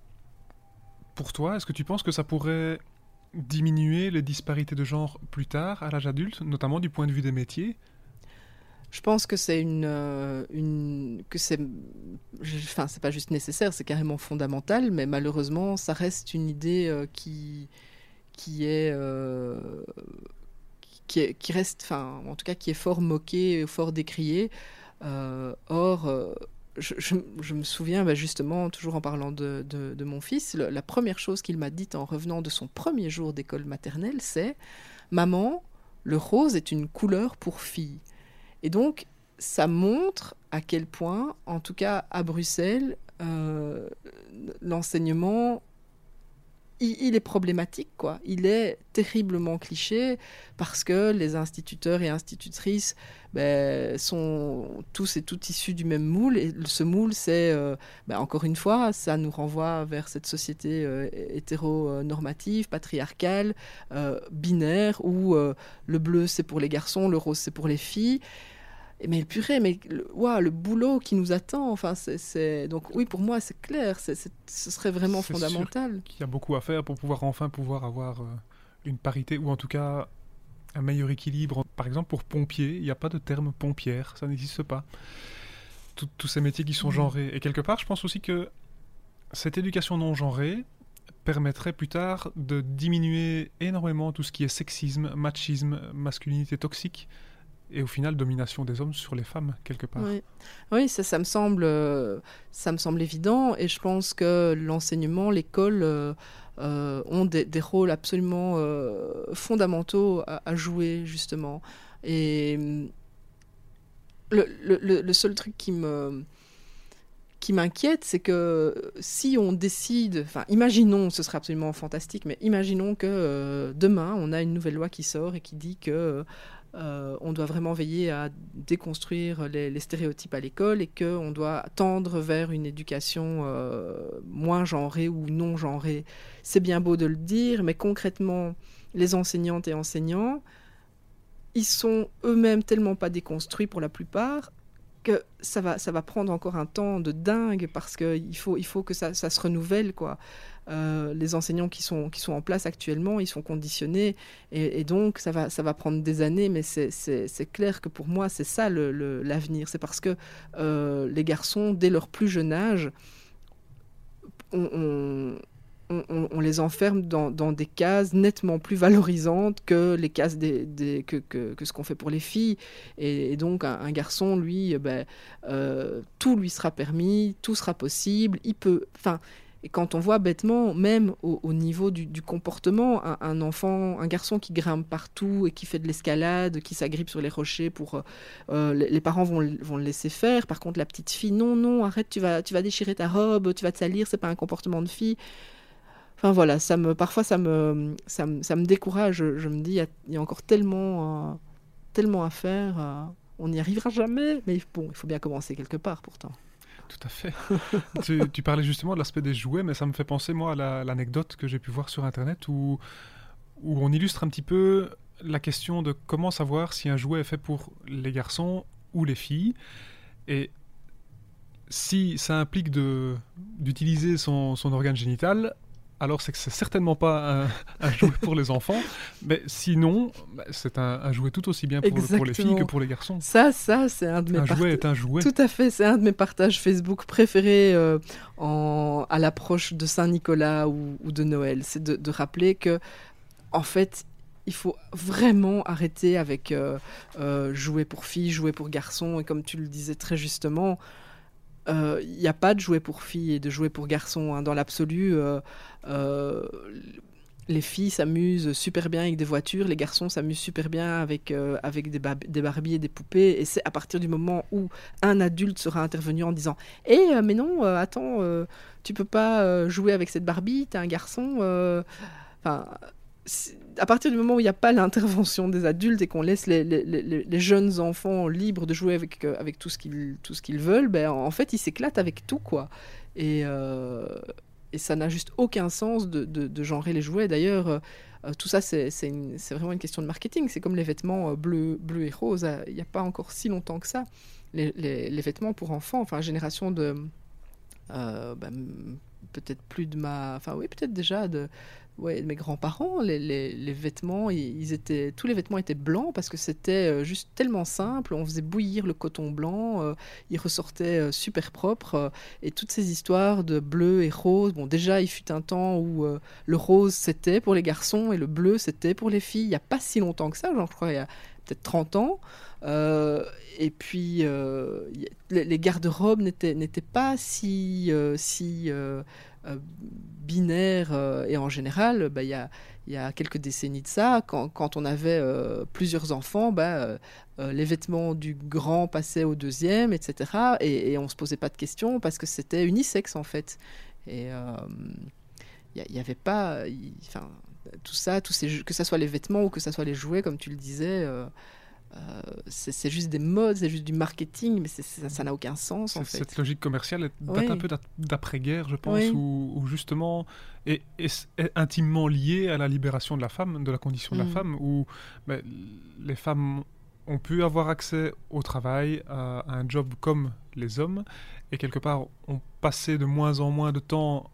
A: pour toi, est-ce que tu penses que ça pourrait diminuer les disparités de genre plus tard, à l'âge adulte, notamment du point de vue des métiers?
B: Je pense que c'est une, euh, une que c'est, je- enfin c'est pas juste nécessaire, c'est carrément fondamental, mais malheureusement ça reste une idée euh, qui qui est, euh, qui est qui reste, enfin en tout cas qui est fort moquée, fort décriée. Euh, or euh, je, je- je me souviens bah, justement, toujours en parlant de, de- de mon fils, le- la première chose qu'il m'a dite en revenant de son premier jour d'école maternelle, c'est: Maman, le rose est une couleur pour fille. Et donc, ça montre à quel point, en tout cas à Bruxelles, euh, l'enseignement, il, il est problématique, quoi. Il est terriblement cliché parce que les instituteurs et institutrices ben, sont tous et toutes issus du même moule. Et ce moule, c'est, euh, ben, encore une fois, ça nous renvoie vers cette société euh, hétéronormative, patriarcale, euh, binaire, où euh, le bleu, c'est pour les garçons, le rose, c'est pour les filles. Mais le purée, mais le, ouah, le boulot qui nous attend, enfin, c'est, c'est... donc oui, pour moi, c'est clair, c'est, c'est, ce serait vraiment
A: C'est
B: fondamental.
A: sûr qu'il y a beaucoup à faire pour pouvoir enfin pouvoir avoir euh, une parité ou en tout cas un meilleur équilibre. Par exemple, pour pompier, il n'y a pas de terme pompière, ça n'existe pas. Tout- tous ces métiers qui sont
B: Mmh.
A: genrés. Et quelque part, je pense aussi que cette éducation non genrée permettrait plus tard de diminuer énormément tout ce qui est sexisme, machisme, masculinité toxique et au final domination des hommes sur les femmes quelque part.
B: Oui, oui, ça, ça me semble, euh, ça me semble évident, et je pense que l'enseignement, l'école euh, euh, ont des, des rôles absolument euh, fondamentaux à, à jouer justement. Et hum, le, le- le- le seul truc qui me qui m'inquiète, c'est que si on décide, enfin, imaginons, ce serait absolument fantastique, mais imaginons que euh, demain, on a une nouvelle loi qui sort et qui dit que euh, on doit vraiment veiller à déconstruire les, les stéréotypes à l'école et qu'on doit tendre vers une éducation euh, moins genrée ou non genrée. C'est bien beau de le dire, mais concrètement, les enseignantes et enseignants, ils sont eux-mêmes tellement pas déconstruits pour la plupart que ça va, ça va prendre encore un temps de dingue parce qu'il faut, il faut que ça, ça se renouvelle, quoi. Euh, les enseignants qui sont, qui sont en place actuellement, ils sont conditionnés et, et donc ça va, ça va prendre des années, mais c'est, c'est, c'est clair que pour moi, c'est ça le, le, l'avenir. C'est parce que euh, les garçons, dès leur plus jeune âge, on, on, on, on les enferme dans, dans des cases nettement plus valorisantes que les cases des, des, que, que, que ce qu'on fait pour les filles. Et, et donc, un, un garçon, lui, ben, euh, tout lui sera permis, tout sera possible. Il peut. Enfin, et quand on voit bêtement, même au, au niveau du, du comportement, un, un enfant, un garçon qui grimpe partout et qui fait de l'escalade, qui s'agrippe sur les rochers, pour euh, les, les parents vont, vont le laisser faire. Par contre, la petite fille, non, non, arrête, tu vas, tu vas déchirer ta robe, tu vas te salir, c'est pas un comportement de fille. Enfin voilà, ça me, parfois ça me, ça me, ça me décourage. Je, je me dis, il y a, il y a encore tellement, euh, tellement à faire. euh, on n'y arrivera jamais, mais bon, il faut bien commencer quelque part pourtant.
A: Tout à fait. tu, tu parlais justement de l'aspect des jouets, mais ça me fait penser, moi, à la- l'anecdote que j'ai pu voir sur Internet où, où on illustre un petit peu la question de comment savoir si un jouet est fait pour les garçons ou les filles. Et si ça implique de, d'utiliser son, son organe génital, alors c'est que c'est certainement pas un, un jouet pour les enfants, mais sinon, bah, c'est un, un jouet tout aussi bien pour, pour les filles que
B: Exactement.
A: pour les garçons.
B: Ça, ça, c'est un de mes
A: Un
B: part-
A: jouet est un jouet.
B: Tout à fait, c'est un de mes partages Facebook préférés euh, en, à l'approche de Saint-Nicolas ou, ou de Noël. C'est de, de rappeler que, en fait, il faut vraiment arrêter avec euh, euh, jouer pour filles, jouer pour garçons. Et comme tu le disais très justement, il euh, n'y a pas de jouets pour filles et de jouets pour garçons. Hein. Dans l'absolu, euh, euh, les filles s'amusent super bien avec des voitures, les garçons s'amusent super bien avec, euh, avec des, bab- des Barbies et des poupées. Et c'est à partir du moment où un adulte sera intervenu en disant « Eh, euh, mais non, euh, attends, euh, tu peux pas euh, jouer avec cette Barbie, t'es un garçon. euh... » Enfin, à partir du moment où il n'y a pas l'intervention des adultes et qu'on laisse les, les, les, les jeunes enfants libres de jouer avec, euh, avec tout ce qu'ils, tout ce qu'ils veulent, ben, en fait, ils s'éclatent avec tout, quoi. Et, euh, et ça n'a juste aucun sens de, de, de genrer les jouets. D'ailleurs, euh, tout ça, c'est, c'est, une, c'est vraiment une question de marketing. C'est comme les vêtements euh, bleus bleu et roses. Il n'y a pas encore si longtemps que ça. Les, les, les vêtements pour enfants, enfin, génération de... Euh, ben, peut-être plus de ma... Enfin oui, peut-être déjà de, ouais, mes grands-parents, les, les, les vêtements, ils, ils étaient, tous les vêtements étaient blancs parce que c'était euh, juste tellement simple. On faisait bouillir le coton blanc, euh, il ressortait euh, super propre. euh, et toutes ces histoires de bleu et rose, bon, déjà, il fut un temps où euh, le rose c'était pour les garçons et le bleu c'était pour les filles. Il n'y a pas si longtemps que ça, genre, je crois, il y a peut-être trente ans. Euh, et puis, euh, y a- les, les garde-robes n'étaient, n'étaient pas si, euh, si euh, euh, binaires. euh, et en général, bah, il y a, il y a quelques décennies de ça, quand, quand on avait euh, plusieurs enfants, bah, euh, euh, les vêtements du grand passaient au deuxième, et cetera. Et, et on ne se posait pas de questions parce que c'était unisexe, en fait. Et euh, il n'y avait pas... il- Enfin, tout ça, tous ces, jeux- que ce soit les vêtements ou que ce soit les jouets, comme tu le disais... euh, euh, c'est c'est juste des modes, c'est juste du marketing, mais c'est- c'est- ça n'a aucun sens en
A: C'est-
B: fait.
A: Cette logique commerciale elle date un
B: Oui,
A: peu d'ap- d'après-guerre, je pense,
B: oui.
A: où, où justement est, est- est intimement liée à la libération de la femme, de la condition de la
B: Mm.
A: femme, où ben, les femmes ont pu avoir accès au travail, à, à un job comme les hommes, et quelque part ont passé de moins en moins de temps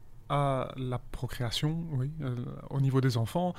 A: à la procréation, oui, euh, au niveau des enfants.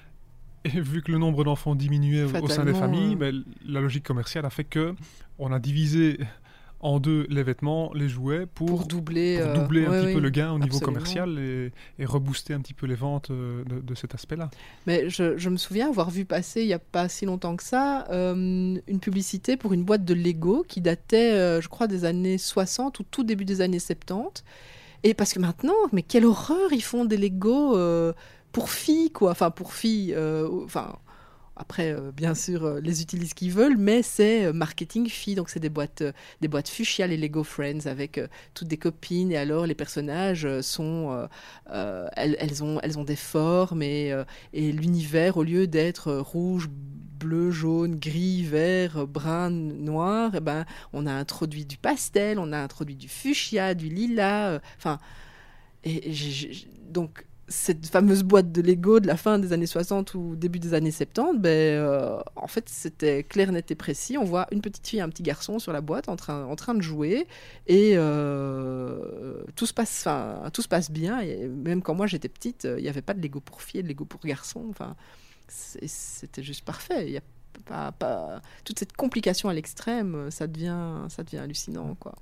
A: Et vu que le nombre d'enfants diminuait au au sein des
B: Fatalement,
A: familles,
B: euh,
A: ben, la logique commerciale a fait que on a divisé en deux les vêtements, les jouets,
B: pour
A: pour,
B: doubler.
A: pour
B: euh,
A: doubler un
B: oui,
A: petit peu
B: oui,
A: le gain au niveau
B: absolument.
A: commercial et, et rebooster un petit peu les ventes euh, de, de cet aspect-là.
B: Mais je, je me souviens avoir vu passer il n'y a pas si longtemps que ça euh, une publicité pour une boîte de Lego qui datait, euh, je crois, des années soixante ou tout début des années soixante-dix. Et parce que maintenant, mais quelle horreur, ils font des Lego euh, pour filles, quoi. Enfin, pour filles. euh, Enfin, après, euh, bien sûr, euh, les utilisent qui veulent, mais c'est euh, marketing filles. Donc, c'est des boîtes, euh, des boîtes fuchsia, les Lego Friends, avec euh, toutes des copines. Et alors, les personnages euh, sont. euh, euh, elles, elles ont, elles ont des formes et, euh, et l'univers, au lieu d'être euh, rouge, bleu, jaune, gris, vert, euh, brun, noir, eh ben, on a introduit du pastel, on a introduit du fuchsia, du lilas. euh, Enfin, et j'ai- j'ai- donc, cette fameuse boîte de Lego de la fin des années soixante ou début des années soixante-dix, ben, euh, en fait, c'était clair, net et précis. On voit une petite fille et un petit garçon sur la boîte en train, en train de jouer et euh, tout, se passe, 'fin, tout se passe bien. Et même quand moi j'étais petite, euh, il n'y avait pas de Lego pour filles et de Lego pour garçons. Enfin, c'est- c'était juste parfait. Il y a pas, pas... Toute cette complication à l'extrême, ça devient, ça devient hallucinant, quoi.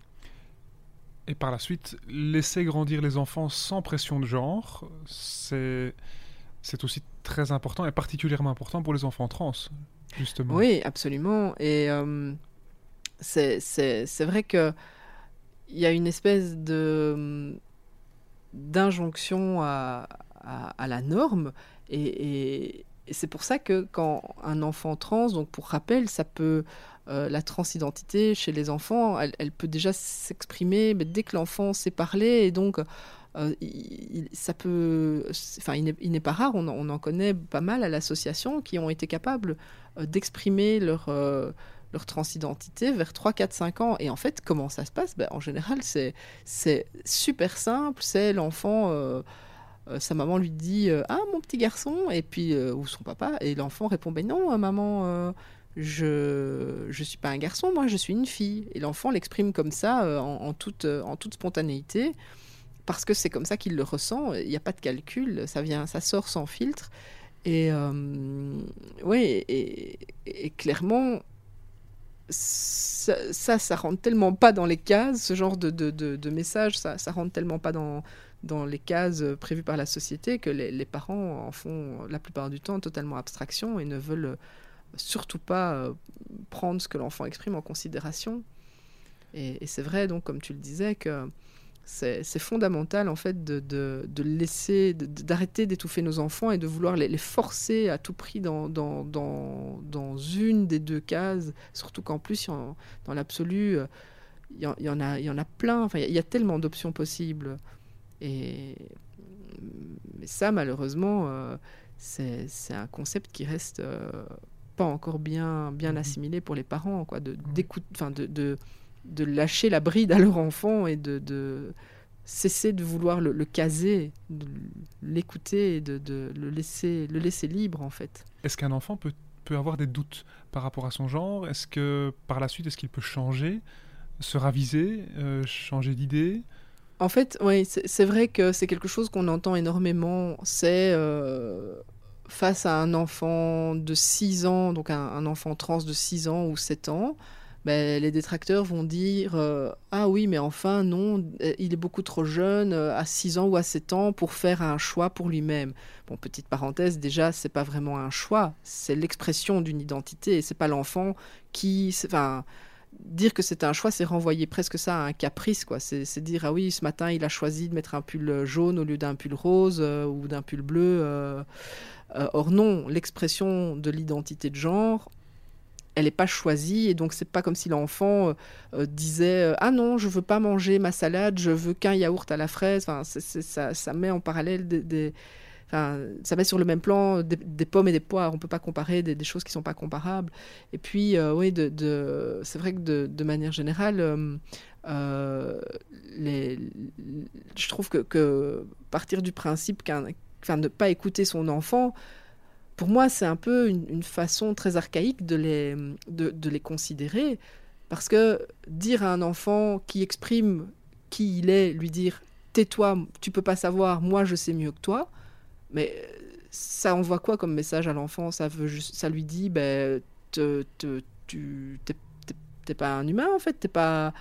A: Et par la suite, laisser grandir les enfants sans pression de genre, c'est c'est aussi très important et particulièrement important pour les enfants trans, justement.
B: Oui, absolument. Et euh, c'est c'est- c'est vrai que il y a une espèce de d'injonction à, à- à la norme. Et, et- et c'est pour ça que quand un enfant trans, donc pour rappel, ça peut, euh, la transidentité chez les enfants, elle, elle peut déjà s'exprimer mais dès que l'enfant sait parler. Et donc, euh, il- il- ça peut, enfin, il n'est il n'est pas rare, on, en on en connaît pas mal à l'association qui ont été capables euh, d'exprimer leur, euh, leur transidentité vers trois, quatre, cinq ans. Et en fait, comment ça se passe? Ben, en général, c'est c'est super simple. C'est l'enfant, euh, euh, sa maman lui dit euh, ah, mon petit garçon, et puis, euh, ou son papa, et l'enfant répond ben non, euh, maman, euh, je je suis pas un garçon, moi, je suis une fille. Et l'enfant l'exprime comme ça, euh, en, en toute, euh, en toute spontanéité, parce que c'est comme ça qu'il le ressent. Il n'y a pas de calcul, ça vient, ça sort sans filtre. Et euh, ouais, et, et- et clairement, ça, ça, ça rentre tellement pas dans les cases, ce genre de, de, de, de message, ça, ça rentre tellement pas dans, dans les cases prévues par la société que les, les parents en font la plupart du temps totalement abstraction et ne veulent surtout pas euh, prendre ce que l'enfant exprime en considération. Et, et c'est vrai, donc, comme tu le disais, que c'est c'est fondamental en fait de, de, de laisser, de- d'arrêter d'étouffer nos enfants et de vouloir les, les forcer à tout prix dans, dans, dans, dans une des deux cases, surtout qu'en plus, en- dans l'absolu, euh, il y, en- il y en a, il y en a plein, enfin, il y a- il y a tellement d'options possibles. Et mais ça, malheureusement, euh, c'est c'est un concept qui reste euh, pas encore bien, bien
A: Mhm.
B: assimilé pour les parents, quoi, de,
A: Oui.
B: d'écoute, enfin, de, de, de lâcher la bride à leur enfant et de, de cesser de vouloir le, le caser, de l'écouter et de, de le, laisser, le laisser libre, en fait.
A: Est-ce qu'un enfant peut, peut avoir des doutes par rapport à son genre? Est-ce que par la suite, est-ce qu'il peut changer, se raviser, euh, changer d'idée?
B: En fait, oui, c'est, c'est vrai que c'est quelque chose qu'on entend énormément. C'est euh, face à un enfant de six ans, donc un, un enfant trans de six ans ou sept ans, ben, les détracteurs vont dire euh, ah oui, mais enfin, non, euh, il est beaucoup trop jeune, euh, à six ans ou à sept ans, pour faire un choix pour lui-même. Bon, petite parenthèse, déjà, c'est pas vraiment un choix, c'est l'expression d'une identité, et c'est pas l'enfant qui. c'est- Enfin, dire que c'est un choix, c'est renvoyer presque ça à un caprice, quoi. C'est, c'est dire ah oui, ce matin, il a choisi de mettre un pull jaune au lieu d'un pull rose euh, ou d'un pull bleu. euh. Euh, or, non, l'expression de l'identité de genre, elle n'est pas choisie, et donc c'est pas comme si l'enfant euh, euh, disait euh, ah non, je veux pas manger ma salade, je veux qu'un yaourt à la fraise. Enfin, c'est, c'est- ça, ça met en parallèle des, des- enfin, ça met sur le même plan des, des pommes et des poires. On peut pas comparer des, des choses qui sont pas comparables. Et puis euh, oui, de, de- c'est vrai que de, de manière générale, euh, euh, les, je trouve que, que partir du principe qu'un, enfin, ne pas écouter son enfant, pour moi, c'est un peu une, une façon très archaïque de les, de, de les considérer. Parce que dire à un enfant qui exprime qui il est, lui dire tais-toi, tu peux pas savoir, moi je sais mieux que toi, mais ça envoie quoi comme message à l'enfant? Ça veut juste, ça lui dit ben, te, te, tu t'es, t'es- t'es pas un humain en fait, t'es pas,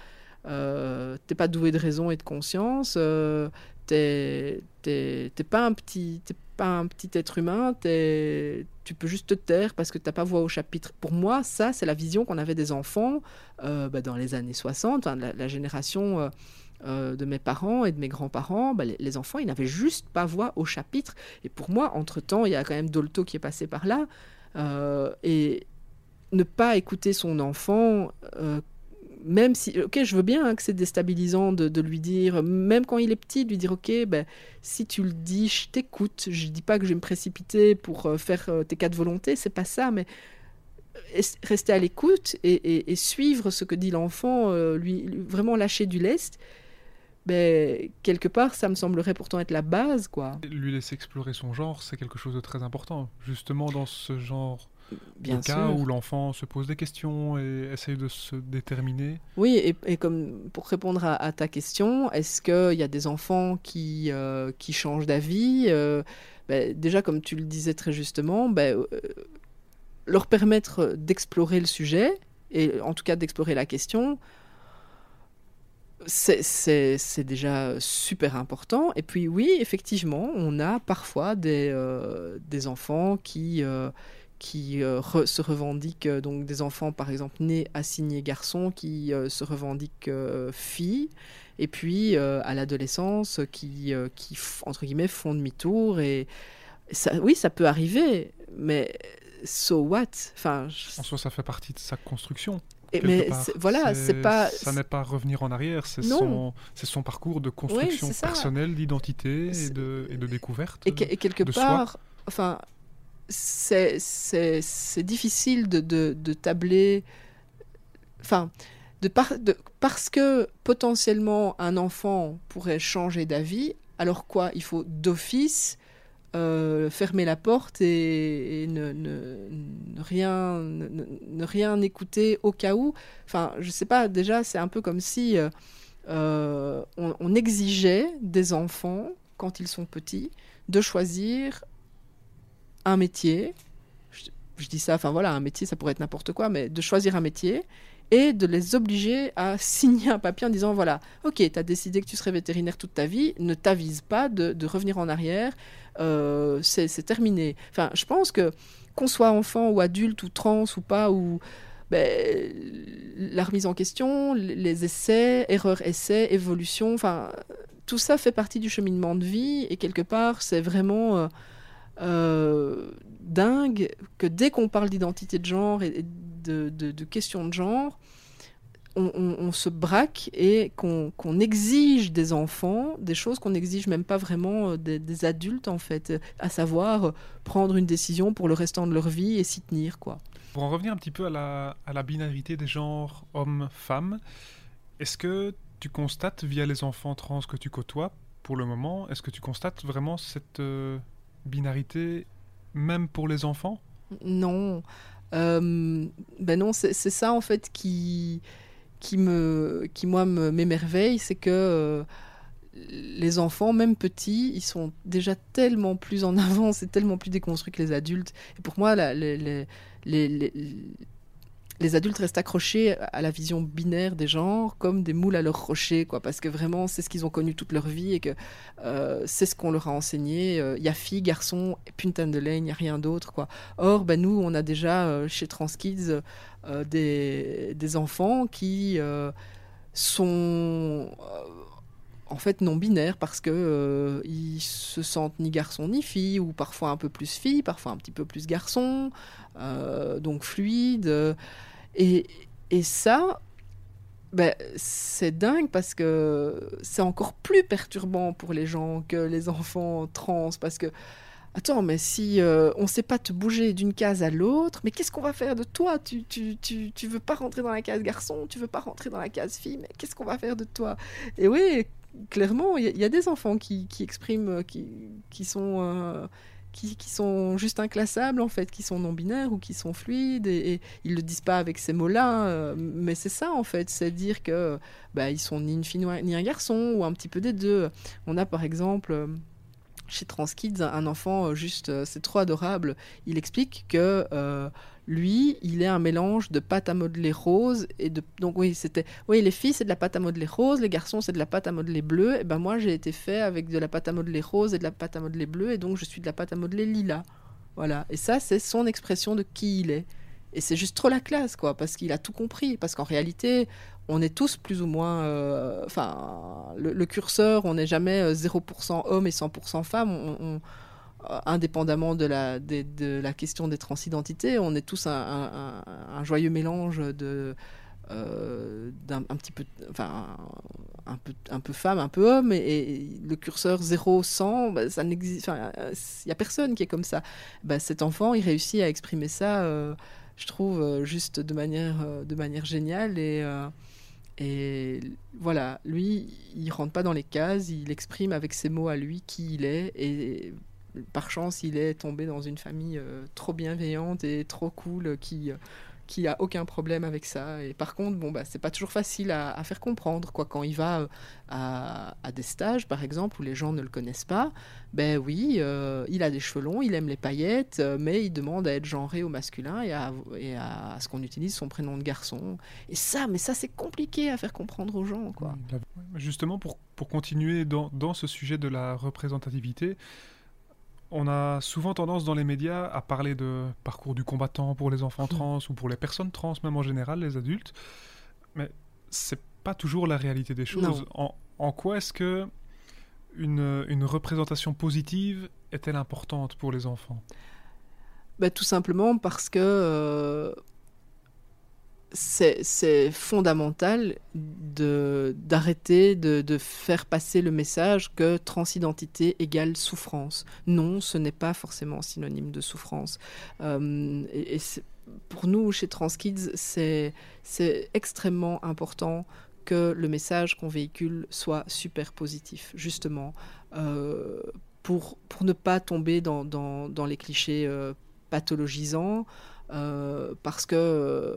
B: euh, t'es pas doué de raison et de conscience, euh, t'es, t'es, t'es pas un petit, t'es pas un petit être humain, t'es, tu peux juste te taire parce que t'as pas voix au chapitre. Pour moi, ça, c'est la vision qu'on avait des enfants euh, bah, dans les années soixante, hein, la, la génération euh, euh, de mes parents et de mes grands-parents. Bah, les, les enfants, ils n'avaient juste pas voix au chapitre. Et pour moi, entre-temps, il y a quand même Dolto qui est passé par là. Euh, et ne pas écouter son enfant, euh, même si, ok, je veux bien hein, que c'est déstabilisant de, de lui dire, même quand il est petit, de lui dire, ok, ben, si tu le dis, je t'écoute. Je dis pas que je vais me précipiter pour euh, faire euh, tes quatre volontés, c'est pas ça, mais es- rester à l'écoute et, et- et suivre ce que dit l'enfant, euh, lui, lui- vraiment lâcher du lest. Ben, quelque part, ça me semblerait pourtant être la base, quoi.
A: Lui laisser explorer son genre, c'est quelque chose de très important. Justement, dans ce genre de
B: Bien
A: cas où
B: sûr.
A: l'enfant se pose des questions et essaye de se déterminer.
B: Oui, et, et comme pour répondre à, à ta question, est-ce qu'il y a des enfants qui, euh, qui changent d'avis? Euh, ben, déjà, comme tu le disais très justement, ben, euh, leur permettre d'explorer le sujet, et en tout cas d'explorer la question, c'est, c'est, c'est déjà super important. Et puis oui, effectivement, on a parfois des, euh, des enfants qui, euh, qui euh, re- se revendiquent, euh, donc des enfants par exemple nés assignés garçons qui euh, se revendiquent euh, filles, et puis euh, à l'adolescence qui, euh, qui, f- entre guillemets, font demi-tour. Et ça, oui, ça peut arriver, mais so what? Enfin,
A: En
B: je-
A: soi, ça fait partie de sa construction,
B: et-
A: quelque
B: mais c'est-
A: part.
B: voilà, c'est
A: C'est,
B: pas...
A: ça n'est pas revenir en arrière, c'est
B: Non,
A: son, c'est son parcours de
B: oui,
A: construction
B: c'est ça.
A: personnelle, d'identité et
B: C'est-
A: de, et de découverte
B: Et, que- et quelque
A: de soi.
B: part, enfin, c'est c'est- c'est difficile de, de, de tabler, enfin, de par- de- parce que potentiellement un enfant pourrait changer d'avis, alors quoi, il faut d'office euh, fermer la porte et, et ne, ne- ne rien, ne, ne- ne rien écouter au cas où. Enfin, je sais pas, déjà, c'est un peu comme si euh, euh, on, on exigeait des enfants, quand ils sont petits, de choisir un métier. Je, je dis ça, enfin voilà, un métier, ça pourrait être n'importe quoi, mais de choisir un métier et de les obliger à signer un papier en disant voilà, ok, tu as décidé que tu serais vétérinaire toute ta vie, ne t'avise pas de, de revenir en arrière, euh, c'est c'est terminé. Enfin, je pense que qu'on soit enfant ou adulte ou trans ou pas, ou ben, la remise en question, les essais, erreurs, essais, évolution, enfin, tout ça fait partie du cheminement de vie, et quelque part, c'est vraiment euh, euh, dingue que dès qu'on parle d'identité de genre et de, de, de questions de genre, on, on- on se braque et qu'on qu'on exige des enfants des choses qu'on n'exige même pas vraiment euh, des, des adultes, en fait, à savoir euh, prendre une décision pour le restant de leur vie et s'y tenir, quoi.
A: Pour en revenir un petit peu à la, à la binarité des genres homme-femme, est-ce que tu constates via les enfants trans que tu côtoies, pour le moment, est-ce que tu constates vraiment cette euh, binarité même pour les enfants?
B: Non. Euh, ben non, c'est c'est ça en fait qui, qui me, qui moi me- m'émerveille, c'est que euh, les enfants, même petits, ils sont déjà tellement plus en avance et tellement plus déconstruits que les adultes. Et pour moi, la, les, les, les, les, les adultes restent accrochés à la vision binaire des genres comme des moules à leur rocher, quoi, parce que vraiment, c'est ce qu'ils ont connu toute leur vie et que euh, c'est ce qu'on leur a enseigné. Il euh, y a filles, garçons, putain de laine, il n'y a rien d'autre, quoi. Or, ben, nous, on a déjà, euh, chez Transkids, euh, des, des enfants qui euh, sont... Euh, en fait non binaires parce que euh, ils se sentent ni garçon ni fille, ou parfois un peu plus fille, parfois un petit peu plus garçon, euh, donc fluide. Et, et ça, ben, c'est dingue parce que c'est encore plus perturbant pour les gens que les enfants trans, parce que attends, mais si euh, on ne sait pas te bouger d'une case à l'autre, mais qu'est-ce qu'on va faire de toi? Tu, tu, tu, tu veux pas rentrer dans la case garçon, tu veux pas rentrer dans la case fille, mais qu'est-ce qu'on va faire de toi? Et oui, clairement, il y, y a des enfants qui, qui expriment, qui, qui sont... Euh, qui, qui sont juste inclassables, en fait, qui sont non-binaires ou qui sont fluides, et, et ils le disent pas avec ces mots-là, euh, mais c'est ça, en fait, c'est dire que bah, ils sont ni une fille ni un garçon, ou un petit peu des deux. On a, par exemple... Euh, chez Transkids, un enfant juste, euh, c'est trop adorable. Il explique que euh, lui, il est un mélange de pâte à modeler rose et de. Donc oui, c'était. Oui, les filles c'est de la pâte à modeler rose, les garçons c'est de la pâte à modeler bleue. Et ben moi j'ai été fait avec de la pâte à modeler rose et de la pâte à modeler bleue, et donc je suis de la pâte à modeler lilas. Voilà. Et ça c'est son expression de qui il est. Et c'est juste trop la classe, quoi, parce qu'il a tout compris. Parce qu'en réalité, on est tous plus ou moins... euh, Enfin, le, le curseur, on n'est jamais euh, zéro pour cent homme et cent pour cent femme. On, on- euh, indépendamment de la, des- de la question des transidentités, on est tous un, un- un- un joyeux mélange de... euh, d'un un petit peu... Enfin, un peu, un peu femme, un peu homme. Et, et le curseur zéro cent, bah, ça n'existe... Enfin, il n'y a personne qui est comme ça. Bah, cet enfant, il réussit à exprimer ça... euh, je trouve euh, juste de manière, euh, de manière géniale. Et, euh, et voilà, lui, il rentre pas dans les cases, il exprime avec ses mots à lui qui il est. Et par chance, il est tombé dans une famille euh, trop bienveillante et trop cool qui, euh, qui a aucun problème avec ça. Et par contre, bon, bah, c'est pas toujours facile à, à faire comprendre, quoi. Quand il va euh, à, à des stages, par exemple, où les gens ne le connaissent pas, ben oui, euh, il a des cheveux longs, il aime les paillettes, euh, mais il demande à être genré au masculin et à, et à, à ce qu'on utilise son prénom de garçon. Et ça, mais ça, c'est compliqué à faire comprendre aux gens, quoi.
A: Justement, pour, pour continuer dans, dans ce sujet de la représentativité, on a souvent tendance dans les médias à parler de parcours du combattant pour les enfants trans ou pour les personnes trans, même en général, les adultes. Mais c'est pas toujours la réalité des choses. En, en quoi est-ce que une, une représentation positive est-elle importante pour les enfants?
B: Ben, tout simplement parce que euh, c'est, c'est fondamental de, d'arrêter de, de faire passer le message que transidentité égale souffrance. Non, ce n'est pas forcément synonyme de souffrance. Euh, et, et c'est- pour nous, chez Transkids, c'est, c'est extrêmement important que le message qu'on véhicule soit super positif, justement, euh, pour, pour ne pas tomber dans, dans, dans les clichés euh, pathologisants, euh, parce que... euh,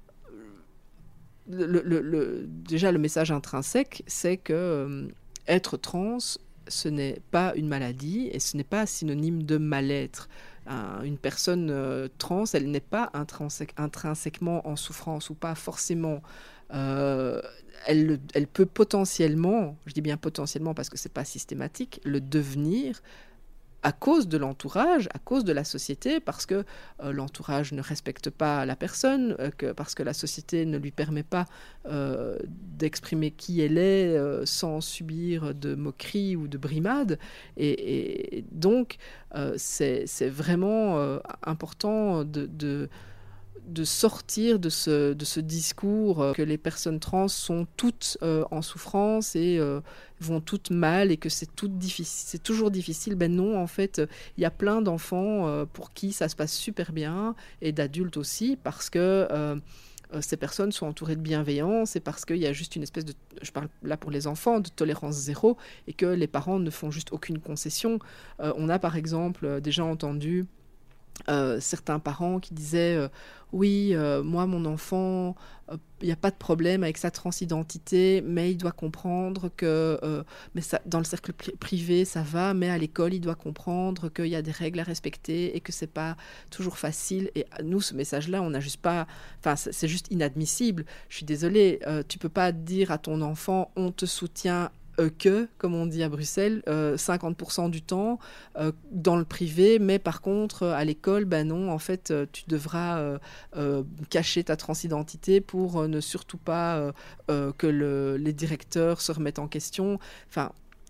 B: le, le- le- déjà, le message intrinsèque, c'est que euh, être trans, ce n'est pas une maladie et ce n'est pas synonyme de mal-être. Un- une personne euh, trans, elle n'est pas intrinsèque- intrinsèquement en souffrance ou pas forcément. Euh, elle, le- elle peut potentiellement, je dis bien potentiellement parce que c'est pas systématique, le devenir à cause de l'entourage, à cause de la société, parce que euh, l'entourage ne respecte pas la personne, euh, que, parce que la société ne lui permet pas euh, d'exprimer qui elle est euh, sans subir de moqueries ou de brimades. Et, et donc, euh, c'est, c'est vraiment euh, important de, de de sortir de ce, de ce discours euh, que les personnes trans sont toutes euh, en souffrance et euh, vont toutes mal et que c'est, tout difficile, c'est toujours difficile. Ben non, en fait, il y a plein d'enfants euh, pour qui ça se passe super bien et d'adultes aussi parce que euh, euh, ces personnes sont entourées de bienveillance et parce qu'il y a juste une espèce de, je parle là pour les enfants, de tolérance zéro et que les parents ne font juste aucune concession. Euh, on a par exemple déjà entendu euh, certains parents qui disaient euh, oui, euh, moi, mon enfant, il euh, n'y a pas de problème avec sa transidentité, mais il doit comprendre que, euh, mais ça, dans le cercle pri- privé, ça va, mais à l'école, il doit comprendre qu'il y a des règles à respecter et que c'est pas toujours facile. Et nous, ce message-là, on n'a juste pas, enfin, c'est, c'est juste inadmissible. Je suis désolée, euh, tu peux pas dire à ton enfant, on te soutient euh, que, comme on dit à Bruxelles, euh, cinquante pour cent du temps euh, dans le privé, mais par contre, euh, à l'école, ben non, en fait, euh, tu devras euh, euh, cacher ta transidentité pour euh, ne surtout pas euh, euh, que le, les directeurs se remettent en question. Enfin,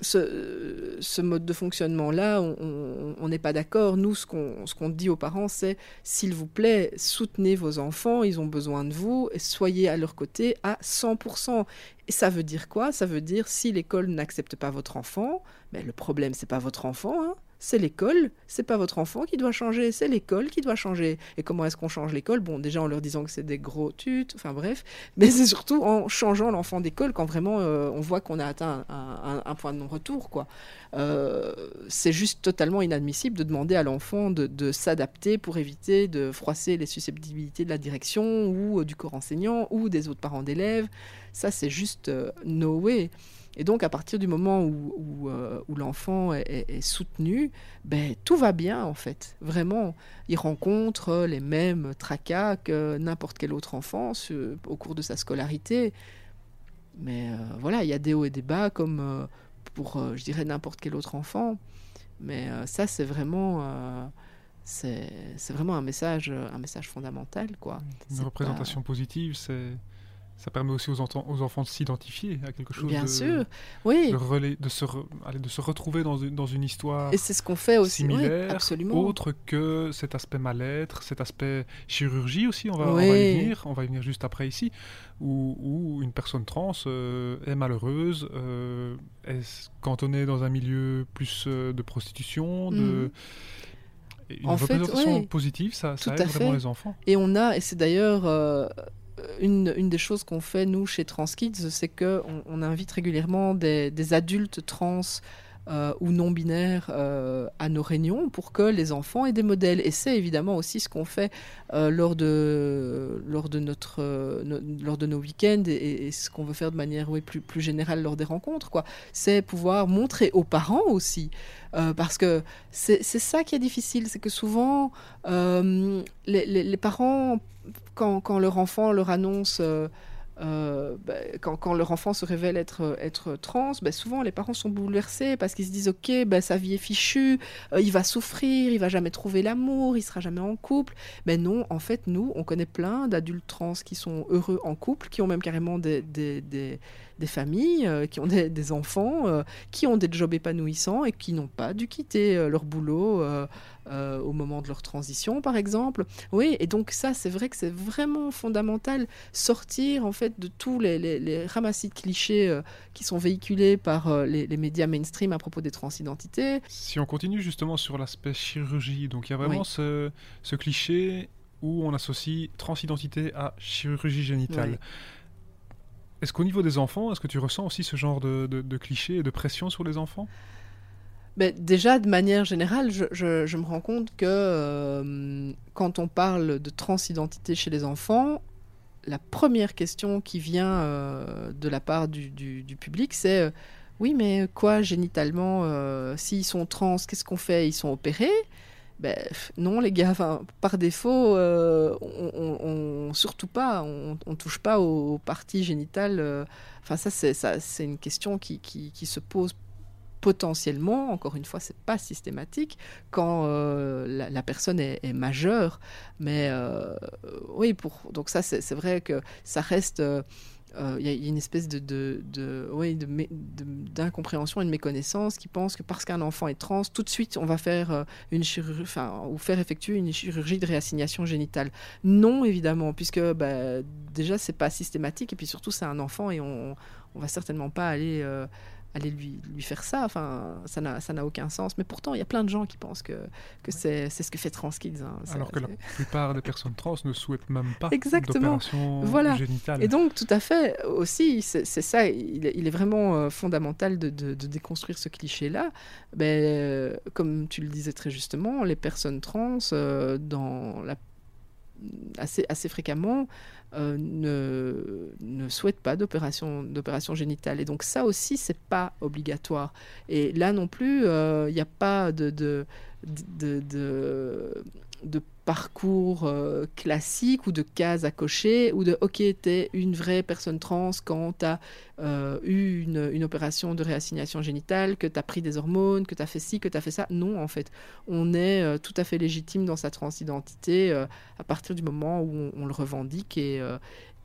B: ce, ce mode de fonctionnement-là, on n'est pas d'accord. Nous, ce qu'on, ce qu'on dit aux parents, c'est s'il vous plaît, soutenez vos enfants, ils ont besoin de vous, et soyez à leur côté à cent pour cent. Et ça veut dire quoi? Ça veut dire si l'école n'accepte pas votre enfant, ben le problème, c'est pas votre enfant, hein. C'est l'école, c'est pas votre enfant qui doit changer, c'est l'école qui doit changer. Et comment est-ce qu'on change l'école? Bon, déjà en leur disant que c'est des gros tutes, enfin bref, mais c'est surtout en changeant l'enfant d'école quand vraiment euh, on voit qu'on a atteint un, un, un point de non-retour, quoi. Euh, c'est juste totalement inadmissible de demander à l'enfant de, de s'adapter pour éviter de froisser les susceptibilités de la direction ou euh, du corps enseignant ou des autres parents d'élèves. Ça, c'est juste euh, no way. Et donc, à partir du moment où, où, euh, où l'enfant est, est, est soutenu, ben, tout va bien, en fait. Vraiment, il rencontre les mêmes tracas que n'importe quel autre enfant sur, au cours de sa scolarité. Mais euh, voilà, il y a des hauts et des bas, comme euh, pour, euh, je dirais, n'importe quel autre enfant. Mais euh, ça, c'est vraiment... Euh, c'est, c'est vraiment un message, un message fondamental, quoi.
A: Une
B: c'est
A: représentation
B: pas...
A: positive, c'est... Ça permet aussi aux, ent- aux enfants de s'identifier à quelque chose,
B: Bien
A: de,
B: sûr, oui.
A: de, relais, de, se re- allez, de se retrouver dans une, dans une histoire
B: Et c'est ce qu'on fait aussi,
A: similaire,
B: oui, absolument.
A: autre que cet aspect mal-être, cet aspect chirurgie aussi, on va,
B: Oui.
A: on va y venir, on va y venir juste après ici, où, où une personne trans euh, est malheureuse, euh, est cantonnée dans un milieu plus euh, de prostitution, de...
B: Mhm.
A: Et une
B: En fait,
A: représentation
B: ouais,
A: positive, ça,
B: tout
A: ça
B: à
A: aide vraiment
B: fait.
A: les enfants.
B: Et on a, et c'est d'ailleurs euh, une, une des choses qu'on fait, nous, chez TransKids, c'est qu'on on invite régulièrement des, des adultes trans euh, ou non-binaires euh, à nos réunions pour que les enfants aient des modèles. Et c'est évidemment aussi ce qu'on fait euh, lors, de, lors, de notre, euh, no, lors de nos week-ends et, et ce qu'on veut faire de manière oui, plus, plus générale lors des rencontres, quoi. C'est pouvoir montrer aux parents aussi. Euh, parce que c'est, c'est ça qui est difficile, c'est que souvent, euh, les, les, les parents, quand, quand leur enfant leur annonce... Euh, Euh, bah, quand, quand leur enfant se révèle être, être trans, bah, souvent les parents sont bouleversés parce qu'ils se disent ok, bah, sa vie est fichue, euh, il va souffrir, il va jamais trouver l'amour, il sera jamais en couple. Mais non, en fait, nous, on connaît plein d'adultes trans qui sont heureux en couple, qui ont même carrément des, des, des, des familles, euh, qui ont des, des enfants, euh, qui ont des jobs épanouissants et qui n'ont pas dû quitter euh, leur boulot euh, euh, au moment de leur transition, par exemple. Oui, et donc ça, c'est vrai que c'est vraiment fondamental, sortir en fait de tous les, les, les ramassis de clichés euh, qui sont véhiculés par euh, les, les médias mainstream à propos des transidentités.
A: Si on continue justement sur l'aspect chirurgie, donc il y a vraiment
B: Oui.
A: ce, ce cliché où on associe transidentité à chirurgie génitale.
B: Oui.
A: Est-ce qu'au niveau des enfants, est-ce que tu ressens aussi ce genre de, de, de cliché et de pression sur les enfants?
B: Ben, déjà, de manière générale, je, je, je me rends compte que euh, quand on parle de transidentité chez les enfants, la première question qui vient euh, de la part du, du, du public, c'est euh, oui, mais quoi génitalement euh, s'ils sont trans, qu'est-ce qu'on fait? Ils sont opérés? Ben, non, les gars, par défaut, euh, on, on, on, surtout pas, on, on touche pas aux, aux parties génitales. Enfin, euh, ça, c'est, ça, c'est une question qui, qui, qui se pose potentiellement, encore une fois, c'est pas systématique, quand euh, la, la personne est, est majeure. Mais euh, oui, pour, donc ça, c'est, c'est vrai que ça reste... Il euh, y, y a une espèce de, de, de, oui, de, de, d'incompréhension et de méconnaissance qui pense que parce qu'un enfant est trans, tout de suite, on va faire euh, une chirurgie, enfin, ou faire effectuer une chirurgie de réassignation génitale. Non, évidemment, puisque bah, déjà, c'est pas systématique, et puis surtout, c'est un enfant, et on, on va certainement pas aller... Euh, aller lui, lui faire ça. Enfin, ça n'a, ça n'a aucun sens. Mais pourtant, il y a plein de gens qui pensent que, que c'est, c'est ce que fait TransKids. Hein.
A: Alors
B: c'est,
A: que
B: c'est...
A: la plupart des personnes trans ne souhaitent même pas
B: Exactement.
A: d'opération
B: Voilà.
A: génitale.
B: Et donc, tout à fait, aussi, c'est, c'est ça, il est, il est vraiment euh, fondamental de, de, de déconstruire ce cliché-là. Ben, euh, comme tu le disais très justement, les personnes trans, euh, dans la Assez, assez fréquemment, euh, ne, ne souhaitent pas d'opération, d'opération génitale. Et donc ça aussi, c'est pas obligatoire. Et là non plus, il euh, n'y a pas de, de, de, de, de parcours euh, classique ou de cases à cocher, ou de « ok, t'es une vraie personne trans quand t'as euh, eu une, une opération de réassignation génitale, que t'as pris des hormones, que t'as fait ci, que t'as fait ça ». Non, en fait, on est euh, tout à fait légitime dans sa transidentité euh, à partir du moment où on, on le revendique et... Euh,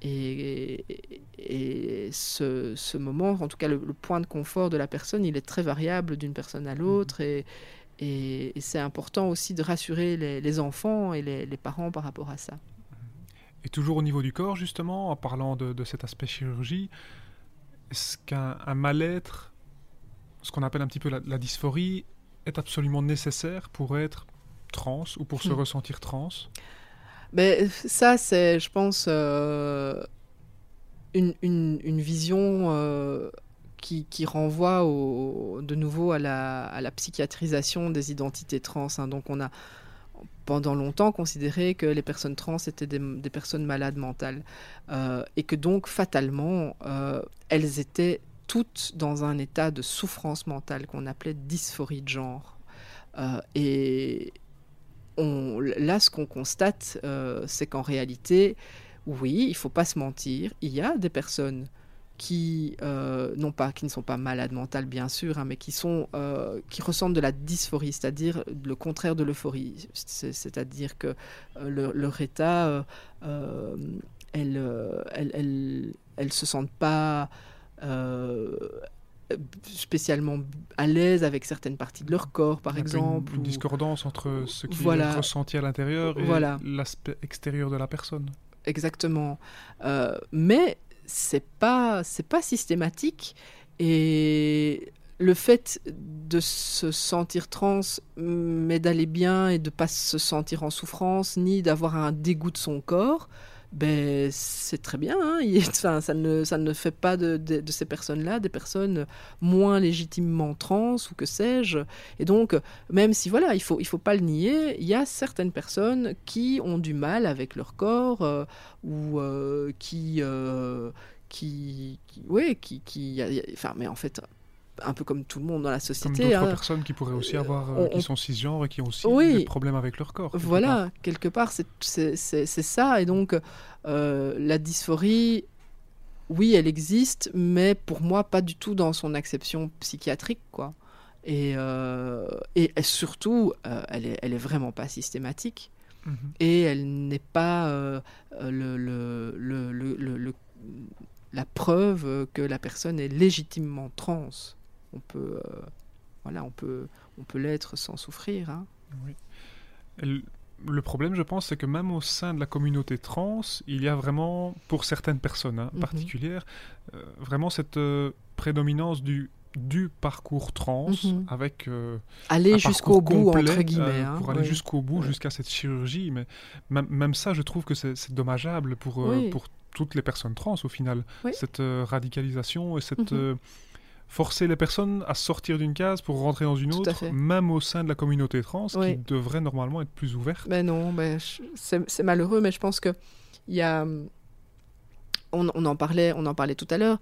B: Et, et, et ce, ce moment, en tout cas le, le point de confort de la personne, il est très variable d'une personne à l'autre. Et, et, et c'est important aussi de rassurer les, les enfants et les, les parents par rapport à ça.
A: Et toujours au niveau du corps, justement, en parlant de, de cet aspect chirurgie, est-ce qu'un un mal-être, ce qu'on appelle un petit peu la, la dysphorie, est absolument nécessaire pour être trans ou pour se mmh. ressentir trans ?
B: Ben, ça, c'est, je pense, euh, une, une, une vision euh, qui, qui renvoie au, de nouveau à la, à la psychiatrisation des identités trans. Hein. Donc, on a pendant longtemps considéré que les personnes trans étaient des, des personnes malades mentales euh, et que donc, fatalement, euh, elles étaient toutes dans un état de souffrance mentale qu'on appelait dysphorie de genre. Euh, et... On, là, ce qu'on constate, euh, c'est qu'en réalité, oui, il ne faut pas se mentir, il y a des personnes qui, euh, non pas, qui ne sont pas malades mentales, bien sûr, hein, mais qui, sont, euh, qui ressentent de la dysphorie, c'est-à-dire le contraire de l'euphorie. C'est, c'est-à-dire que euh, leur, leur état, euh, euh, elles ne elles, elles, elles se sentent pas... Euh, spécialement à l'aise avec certaines parties de leur corps, par exemple.
A: Une, une
B: ou...
A: discordance entre ce qui
B: voilà.
A: est ressenti à l'intérieur et
B: voilà.
A: l'aspect extérieur de la personne.
B: Exactement. Euh, mais c'est pas, c'est pas systématique. Et le fait de se sentir trans, mais d'aller bien et de ne pas se sentir en souffrance, ni d'avoir un dégoût de son corps, ben, c'est très bien. Hein. Il, enfin, ça, ne, ça ne fait pas de, de, de ces personnes-là des personnes moins légitimement trans ou que sais-je. Et donc, même si, voilà, il ne faut, il faut pas le nier, il y a certaines personnes qui ont du mal avec leur corps euh, ou euh, qui, euh, qui, qui... Oui, qui... qui y a, y a, enfin, mais en fait... un peu comme tout le monde dans la société.
A: Comme d'autres
B: hein.
A: personnes qui pourraient aussi avoir, euh, on, qui sont cisgenres et qui ont aussi
B: oui,
A: des problèmes avec leur corps. Quelque
B: voilà,
A: part.
B: quelque part, c'est, c'est, c'est, c'est ça. Et donc, euh, la dysphorie, oui, elle existe, mais pour moi, pas du tout dans son acception psychiatrique, quoi. Et, euh, et, et surtout, euh, elle est, elle est vraiment pas systématique. Mm-hmm. Et elle n'est pas euh, le, le, le, le, le, le, la preuve que la personne est légitimement trans. On peut, euh, voilà, on peut, on peut l'être sans souffrir. Hein.
A: Oui. Le, le problème, je pense, c'est que même au sein de la communauté trans, il y a vraiment, pour certaines personnes hein, mm-hmm. particulières, euh, vraiment cette euh, prédominance du, du parcours trans mm-hmm. avec euh,
B: aller jusqu'au bout
A: complet,
B: entre guillemets,
A: euh,
B: hein,
A: pour aller
B: oui.
A: jusqu'au bout, oui. jusqu'à cette chirurgie. Mais même, même ça, je trouve que c'est, c'est dommageable pour, oui. euh, pour toutes les personnes trans au final, oui. cette euh, radicalisation et cette mm-hmm. euh, forcer les personnes à sortir d'une case pour rentrer dans une autre, même au sein de la communauté trans, oui. qui devrait normalement être plus ouverte.
B: Mais non, mais je, c'est, c'est malheureux, mais je pense que il y a, on, on en parlait, on en parlait tout à l'heure.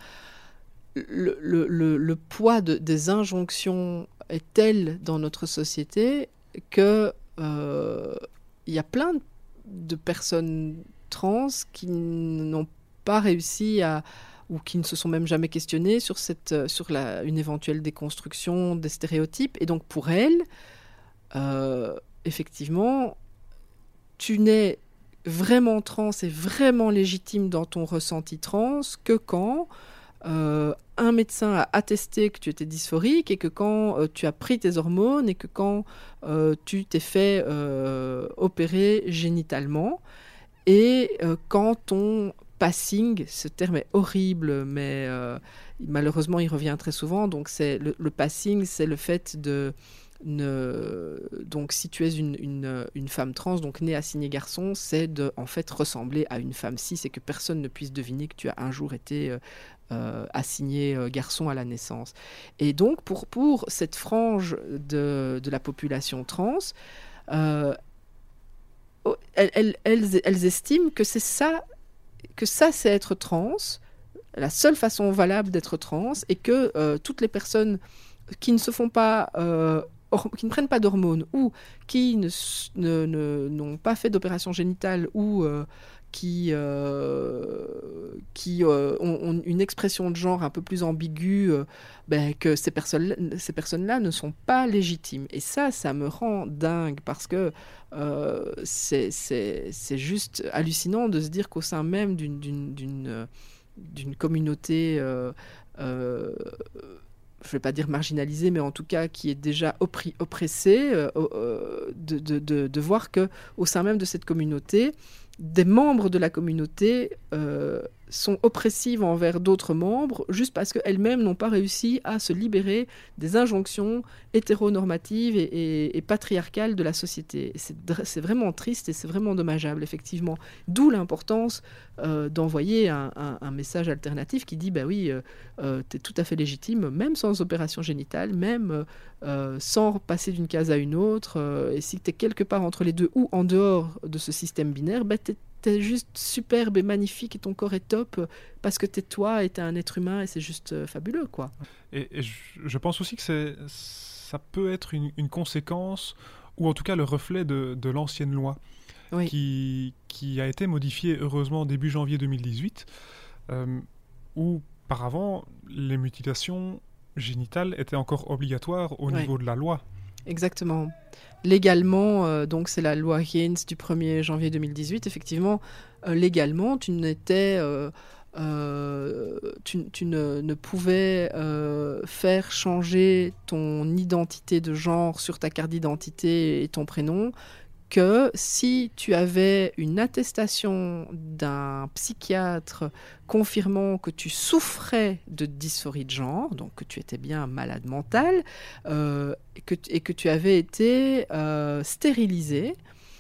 B: Le, le, le, le poids de, des injonctions est tel dans notre société que euh, il y a plein de personnes trans qui n'ont pas réussi à ou qui ne se sont même jamais questionnés sur, cette, sur la, une éventuelle déconstruction des stéréotypes. Et donc, pour elles, euh, effectivement, tu n'es vraiment trans et vraiment légitime dans ton ressenti trans que quand euh, un médecin a attesté que tu étais dysphorique et que quand euh, tu as pris tes hormones et que quand euh, tu t'es fait euh, opérer génitalement et euh, quand ton passing, ce terme est horrible, mais euh, malheureusement, il revient très souvent. Donc, c'est le, le passing, c'est le fait de... Ne... Donc, si tu es une, une, une femme trans, donc née assignée garçon, c'est de en fait ressembler à une femme cis et que personne ne puisse deviner que tu as un jour été euh, euh, assigné euh, garçon à la naissance. Et donc, pour, pour cette frange de, de la population trans, euh, elles, elles, elles, elles estiment que c'est ça, que ça, c'est être trans, la seule façon valable d'être trans, et que euh, toutes les personnes qui ne se font pas euh, Or, qui ne prennent pas d'hormones ou qui ne, ne, ne, n'ont pas fait d'opération génitale ou euh, qui, euh, qui euh, ont, ont une expression de genre un peu plus ambiguë, euh, ben, que ces personnes, ces personnes-là ne sont pas légitimes. Et ça, ça me rend dingue parce que euh, c'est, c'est, c'est juste hallucinant de se dire qu'au sein même d'une, d'une, d'une, d'une communauté... Euh, euh, je ne vais pas dire marginalisée, mais en tout cas qui est déjà oppri- oppressée, euh, euh, de, de, de, de voir qu'au sein même de cette communauté, des membres de la communauté euh, sont oppressives envers d'autres membres juste parce qu'elles-mêmes n'ont pas réussi à se libérer des injonctions hétéronormatives et, et, et patriarcales de la société. C'est, c'est vraiment triste et c'est vraiment dommageable, effectivement. D'où l'importance euh, d'envoyer un, un, un message alternatif qui dit, bah oui, euh, euh, tu es tout à fait légitime, même sans opération génitale, même euh, sans passer d'une case à une autre, euh, et si tu es quelque part entre les deux ou en dehors de ce système binaire, bah tu es juste superbe et magnifique et ton corps est top parce que t'es toi et t'es un être humain et c'est juste euh, fabuleux, quoi.
A: Et, et je, je pense aussi que c'est, ça peut être une, une conséquence ou en tout cas le reflet de, de l'ancienne loi
B: Oui.
A: qui, qui a été modifiée heureusement début janvier deux mille dix-huit euh, où auparavant les mutilations génitales étaient encore obligatoires au
B: Oui.
A: niveau de la loi.
B: Exactement. Légalement, euh, donc c'est la loi Haynes du premier janvier deux mille dix-huit, effectivement, euh, légalement, tu n'étais, euh, euh, tu, tu ne, ne pouvais euh, faire changer ton identité de genre sur ta carte d'identité et ton prénom que si tu avais une attestation d'un psychiatre confirmant que tu souffrais de dysphorie de genre, donc que tu étais bien malade mental, euh, et, que, et que tu avais été euh, stérilisé.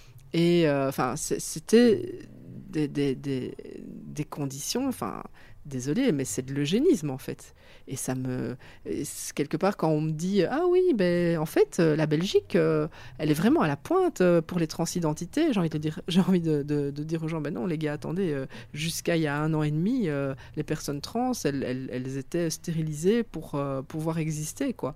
B: Et enfin, euh, c'était des, des, des, des conditions, enfin, désolé, mais c'est de l'eugénisme en fait. Et ça me, et quelque part, quand on me dit ah oui, ben en fait, la Belgique, euh, elle est vraiment à la pointe pour les transidentités. J'ai envie de dire, j'ai envie de, de, de dire aux gens, ben non, les gars, attendez, euh, jusqu'à il y a un an et demi, euh, les personnes trans, elles, elles, elles étaient stérilisées pour euh, pouvoir exister, quoi.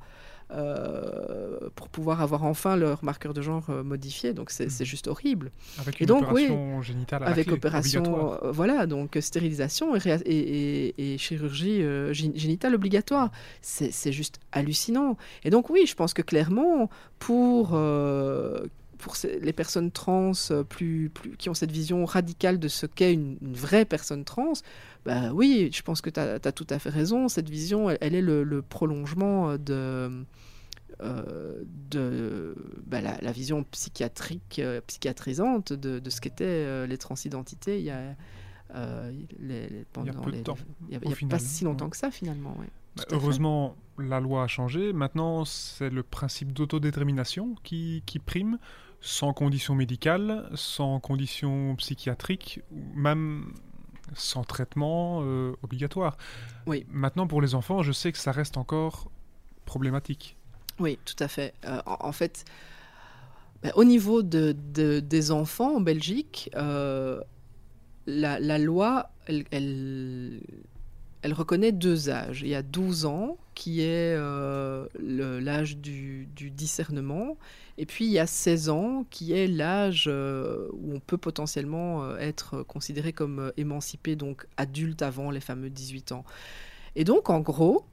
B: Euh, pour pouvoir avoir enfin leur marqueur de genre euh, modifié, donc c'est, mmh. c'est juste horrible.
A: Avec une
B: et donc,
A: opération
B: oui,
A: génitale à
B: avec
A: la clé,
B: opération, euh, voilà, donc stérilisation et, ré- et, et, et chirurgie euh, gé- génitale obligatoire. C'est, c'est juste hallucinant. Et donc oui, je pense que clairement, pour euh, pour ces, les personnes trans plus, plus, qui ont cette vision radicale de ce qu'est une, une vraie personne trans, bah oui, je pense que tu as tout à fait raison. Cette vision, elle, elle est le, le prolongement de, euh, de bah, la, la vision psychiatrique, euh, psychiatrisante de, de ce qu'étaient euh, les transidentités il y a, euh, les, les, pendant
A: il y a peu
B: les,
A: de temps.
B: Il n'y a, a pas si longtemps ouais. que ça, finalement. Ouais.
A: Bah, heureusement, la loi a changé. Maintenant, c'est le principe d'autodétermination qui, qui prime, sans condition médicale, sans condition psychiatrique, même sans traitement euh, obligatoire.
B: Oui.
A: Maintenant, pour les enfants, je sais que ça reste encore problématique.
B: Oui, tout à fait. Euh, en, en fait, bah, au niveau de, de, des enfants en Belgique, euh, la, la loi, elle... elle Elle reconnaît deux âges. Il y a douze ans, qui est euh, le, l'âge du, du discernement, et puis il y a seize ans, qui est l'âge euh, où on peut potentiellement euh, être considéré comme euh, émancipé, donc adulte avant les fameux dix-huit ans. Et donc, en gros,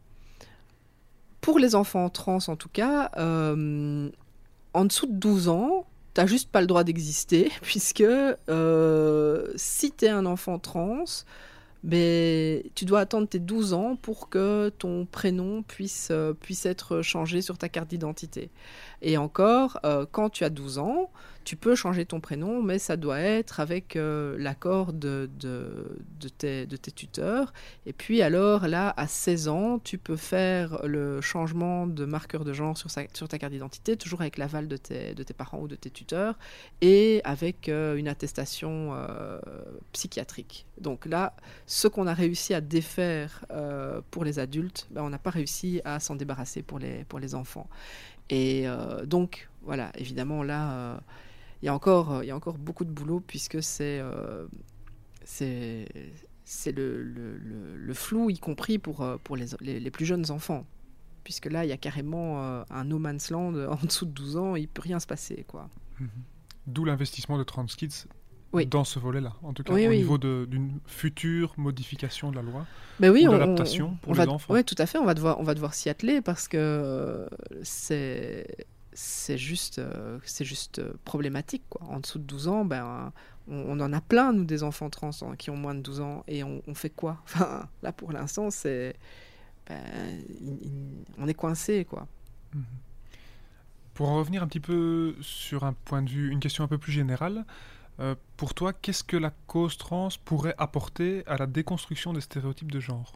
B: pour les enfants trans en tout cas, euh, en dessous de douze ans, t'as juste pas le droit d'exister, puisque euh, si t'es un enfant trans, mais tu dois attendre tes douze ans pour que ton prénom puisse, euh, puisse être changé sur ta carte d'identité. Et encore, euh, quand tu as douze ans, tu peux changer ton prénom, mais ça doit être avec euh, l'accord de, de, de, tes, de tes tuteurs. Et puis alors, là, à seize ans, tu peux faire le changement de marqueur de genre sur, sa, sur ta carte d'identité, toujours avec l'aval de tes, de tes parents ou de tes tuteurs, et avec euh, une attestation euh, psychiatrique. Donc là, ce qu'on a réussi à défaire euh, pour les adultes, ben, on n'a pas réussi à s'en débarrasser pour les, pour les enfants. Et euh, donc, voilà, évidemment, là... Euh, Il y, a encore, il y a encore beaucoup de boulot puisque c'est, euh, c'est, c'est le, le, le, le flou, y compris pour, pour les, les, les plus jeunes enfants. Puisque là, il y a carrément euh, un no man's land en dessous de douze ans, il ne peut rien se passer, quoi.
A: Mm-hmm. D'où l'investissement de TransKids
B: oui.
A: dans ce volet-là, en tout cas
B: oui,
A: au
B: oui.
A: niveau de, d'une future modification de la loi
B: ben oui,
A: ou
B: on,
A: d'adaptation
B: on,
A: pour
B: on
A: les
B: va,
A: enfants.
B: Oui, tout à fait, on va devoir, on va devoir s'y atteler parce que euh, c'est... c'est juste, euh, c'est juste euh, problématique, quoi. En dessous de douze ans, ben, on, on en a plein, nous, des enfants trans hein, qui ont moins de douze ans, et on, on fait quoi? Enfin, là, pour l'instant, c'est... Ben, il, il, on est coincé, quoi.
A: Mmh. Pour en revenir un petit peu sur un point de vue, une question un peu plus générale, euh, pour toi, qu'est-ce que la cause trans pourrait apporter à la déconstruction des stéréotypes de genre?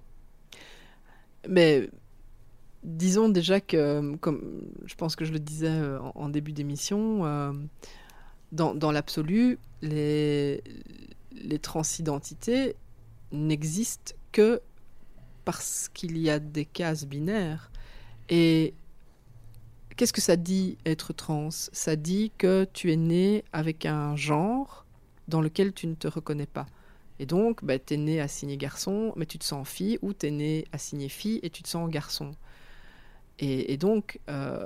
B: Mais... Disons déjà que, comme je pense que je le disais en, en début d'émission, euh, dans, dans l'absolu, les, les transidentités n'existent que parce qu'il y a des cases binaires. Et qu'est-ce que ça dit être trans? Ça dit que tu es né avec un genre dans lequel tu ne te reconnais pas. Et donc, bah, tu es né assigné garçon, mais tu te sens fille, ou tu es né assigné fille et tu te sens garçon. Et, et donc, euh,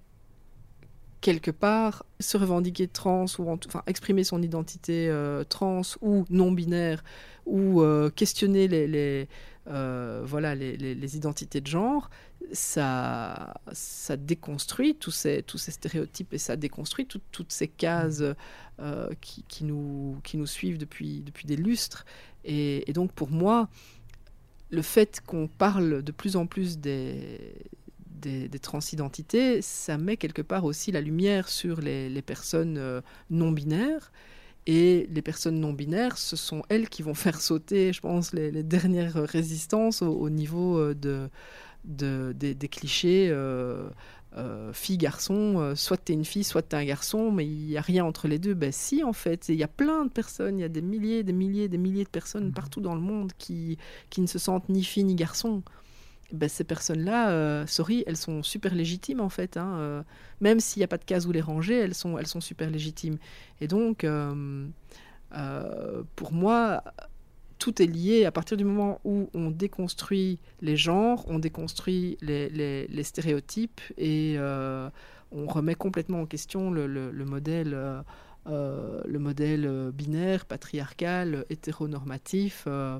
B: quelque part, se revendiquer trans, ou en, enfin, exprimer son identité euh, trans ou non-binaire, ou euh, questionner les, les, euh, voilà, les, les, les identités de genre, ça, ça déconstruit tous ces, tous ces stéréotypes et ça déconstruit tout, toutes ces cases euh, qui, qui, nous, qui nous suivent depuis, depuis des lustres. Et, et donc, pour moi, le fait qu'on parle de plus en plus des... Des, des transidentités, ça met quelque part aussi la lumière sur les, les personnes euh, non-binaires. Et les personnes non-binaires, ce sont elles qui vont faire sauter, je pense, les, les dernières résistances au, au niveau de, de, des, des clichés euh, euh, fille-garçon. Euh, soit t'es une fille, soit t'es un garçon, mais il n'y a rien entre les deux. Ben si, en fait. Il y a plein de personnes, il y a des milliers, des milliers, des milliers de personnes partout dans le monde qui, qui ne se sentent ni fille ni garçon. Ben, ces personnes-là, euh, sorry, elles sont super légitimes en fait. Hein, euh, même s'il n'y a pas de case où les ranger, elles sont, elles sont super légitimes. Et donc, euh, euh, pour moi, tout est lié à partir du moment où on déconstruit les genres, on déconstruit les, les, les stéréotypes et euh, on remet complètement en question le, le, le modèle, euh, le modèle binaire, patriarcal, hétéronormatif. Euh,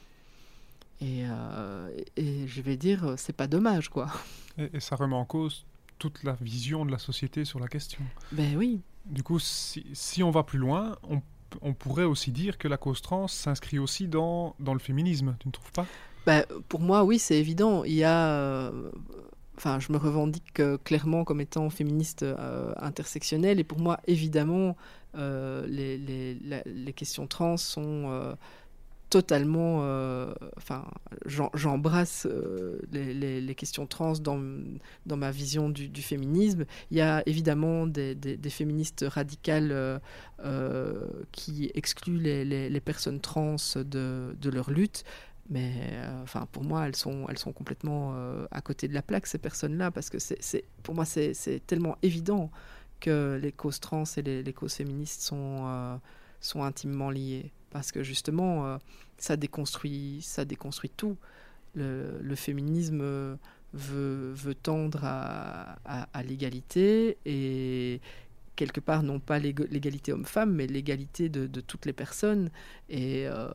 B: Et, euh, et je vais dire, c'est pas dommage, quoi.
A: Et, et ça remet en cause toute la vision de la société sur la question.
B: Ben oui.
A: Du coup, si, si on va plus loin, on, on pourrait aussi dire que la cause trans s'inscrit aussi dans, dans le féminisme, tu ne trouves pas?
B: Ben, pour moi, oui, c'est évident. Il y a... Euh, enfin, je me revendique euh, clairement comme étant féministe euh, intersectionnelle. Et pour moi, évidemment, euh, les, les, la, les questions trans sont... Euh, totalement, euh, enfin, j'en, j'embrasse euh, les, les, les questions trans dans, dans ma vision du, du féminisme. Il y a évidemment des, des, des féministes radicales euh, euh, qui excluent les, les, les personnes trans de, de leur lutte. Mais euh, enfin, pour moi, elles sont, elles sont complètement euh, à côté de la plaque, ces personnes-là, parce que c'est, c'est, pour moi, c'est, c'est tellement évident que les causes trans et les, les causes féministes sont, euh, sont intimement liées. Parce que justement, euh, ça déconstruit, ça déconstruit tout. Le, le féminisme veut, veut tendre à, à, à l'égalité et quelque part, non pas l'égalité homme-femme, mais l'égalité de, de toutes les personnes. Et, euh,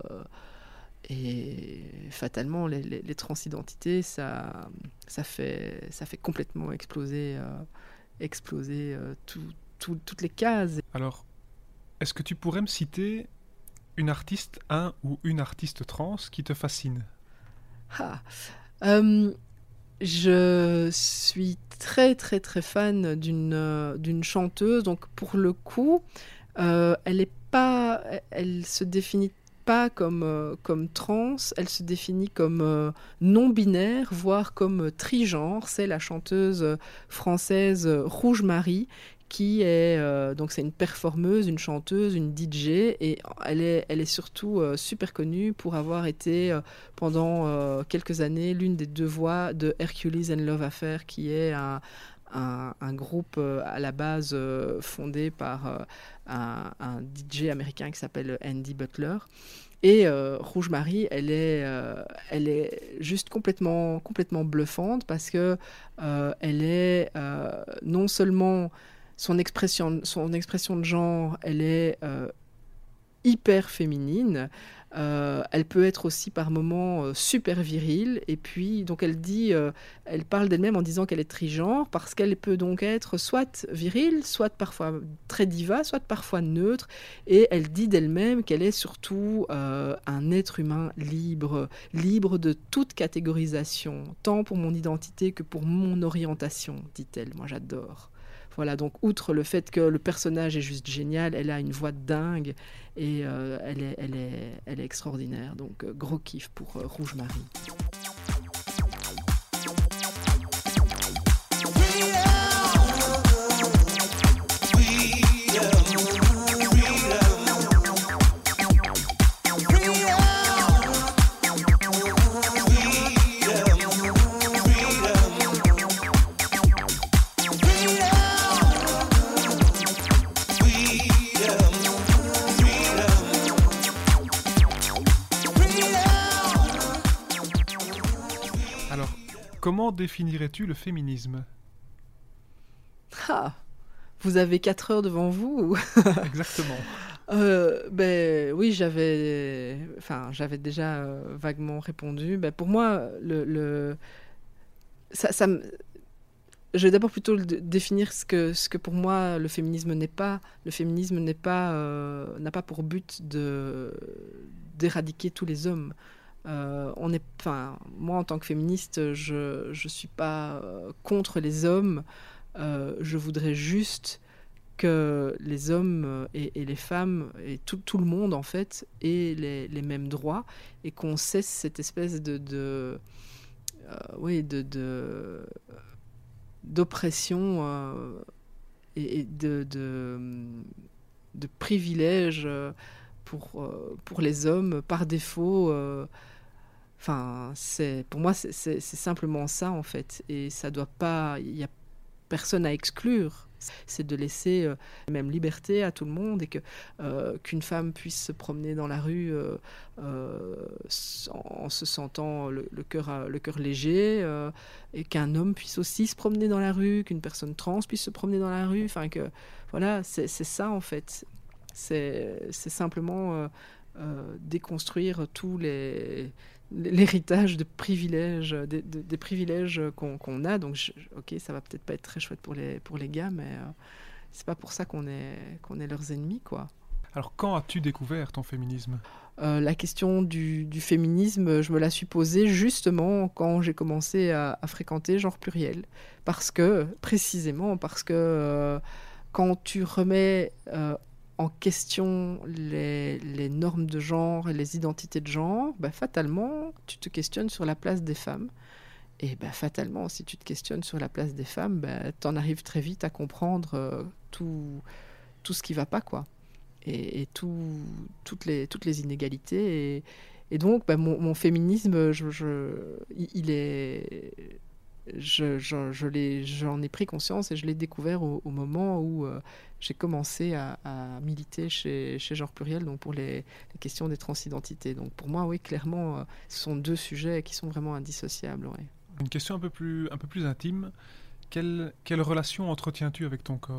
B: et fatalement, les, les, les transidentités, ça, ça, fait, ça fait complètement exploser, euh, exploser euh, tout, tout, toutes les cases.
A: Alors, est-ce que tu pourrais me citer une artiste, un ou une artiste trans qui te fascine?
B: Ah. Euh, Je suis très très très fan d'une, euh, d'une chanteuse. Donc pour le coup, euh, elle est pas, elle se définit pas comme, euh, comme trans, elle se définit comme euh, non-binaire, voire comme euh, trigenre. C'est la chanteuse euh, française euh, Rouge Marie, qui est, euh, donc c'est une performeuse, une chanteuse, une D J, et elle est, elle est surtout euh, super connue pour avoir été euh, pendant euh, quelques années l'une des deux voix de Hercules and Love Affair, qui est un, un, un groupe euh, à la base euh, fondé par euh, un, un D J américain qui s'appelle Andy Butler. Et euh, Rouge Marie, elle est, euh, elle est juste complètement, complètement bluffante parce que euh, elle est euh, non seulement son expression, son expression de genre, elle est euh, hyper féminine. Euh, elle peut être aussi par moments euh, super virile. Et puis, donc elle dit, euh, elle parle d'elle-même en disant qu'elle est trigenre parce qu'elle peut donc être soit virile, soit parfois très diva, soit parfois neutre. Et elle dit d'elle-même qu'elle est surtout euh, un être humain libre, libre de toute catégorisation, tant pour mon identité que pour mon orientation, dit-elle. Moi, j'adore. Voilà, donc outre le fait que le personnage est juste génial, elle a une voix dingue et euh, elle, est, elle, est, elle est extraordinaire. Donc euh, gros kiff pour euh, Rouge Marie.
A: Comment définirais-tu le féminisme ?
B: Ah, vous avez quatre heures devant vous.
A: Exactement.
B: Euh, ben oui, j'avais, enfin, j'avais déjà euh, vaguement répondu. Ben, pour moi, le, le... Ça, ça me... je vais d'abord plutôt définir ce que, ce que pour moi le féminisme n'est pas. Le féminisme n'est pas, euh, n'a pas pour but de d'éradiquer tous les hommes. Euh, on est, enfin, moi en tant que féministe, je je suis pas euh, contre les hommes. Euh, je voudrais juste que les hommes et, et les femmes et tout, tout le monde en fait aient les, les mêmes droits et qu'on cesse cette espèce de, de euh, oui de, de d'oppression euh, et, et de, de de privilèges pour euh, pour les hommes par défaut. Euh, Enfin, c'est, pour moi, c'est, c'est, c'est simplement ça, en fait. Et ça doit pas... Il n'y a personne à exclure. C'est de laisser euh, la même liberté à tout le monde et que, euh, qu'une femme puisse se promener dans la rue euh, euh, en se sentant le, le, cœur, le cœur léger euh, et qu'un homme puisse aussi se promener dans la rue, qu'une personne trans puisse se promener dans la rue. Enfin, que... Voilà, c'est, c'est ça, en fait. C'est, c'est simplement euh, euh, déconstruire tous les... l'héritage de privilèges, des, de, des privilèges qu'on, qu'on a. Donc, je, ok, ça va peut-être pas être très chouette pour les, pour les gars, mais euh, c'est pas pour ça qu'on est, qu'on est leurs ennemis, quoi.
A: Alors, quand as-tu découvert ton féminisme ?
B: euh, La question du, du féminisme, je me la suis posée justement quand j'ai commencé à, à fréquenter Genre Pluriel. Parce que, précisément, parce que euh, quand tu remets... Euh, en question les, les normes de genre et les identités de genre, bah, fatalement, tu te questionnes sur la place des femmes. Et bah, fatalement, si tu te questionnes sur la place des femmes, bah, tu en arrives très vite à comprendre euh, tout, tout ce qui ne va pas, quoi. Et, et tout, toutes, les, toutes les inégalités. Et, et donc, bah, mon, mon féminisme, je, je, il est... Je, je, je l'ai, j'en ai pris conscience et je l'ai découvert au, au moment où euh, j'ai commencé à, à militer chez, chez Genre Pluriel, donc pour les, les questions des transidentités. Donc pour moi, oui, clairement, euh, ce sont deux sujets qui sont vraiment indissociables. Ouais.
A: Une question un peu plus, un peu plus intime. Quelle, quelle relation entretiens-tu avec ton corps ?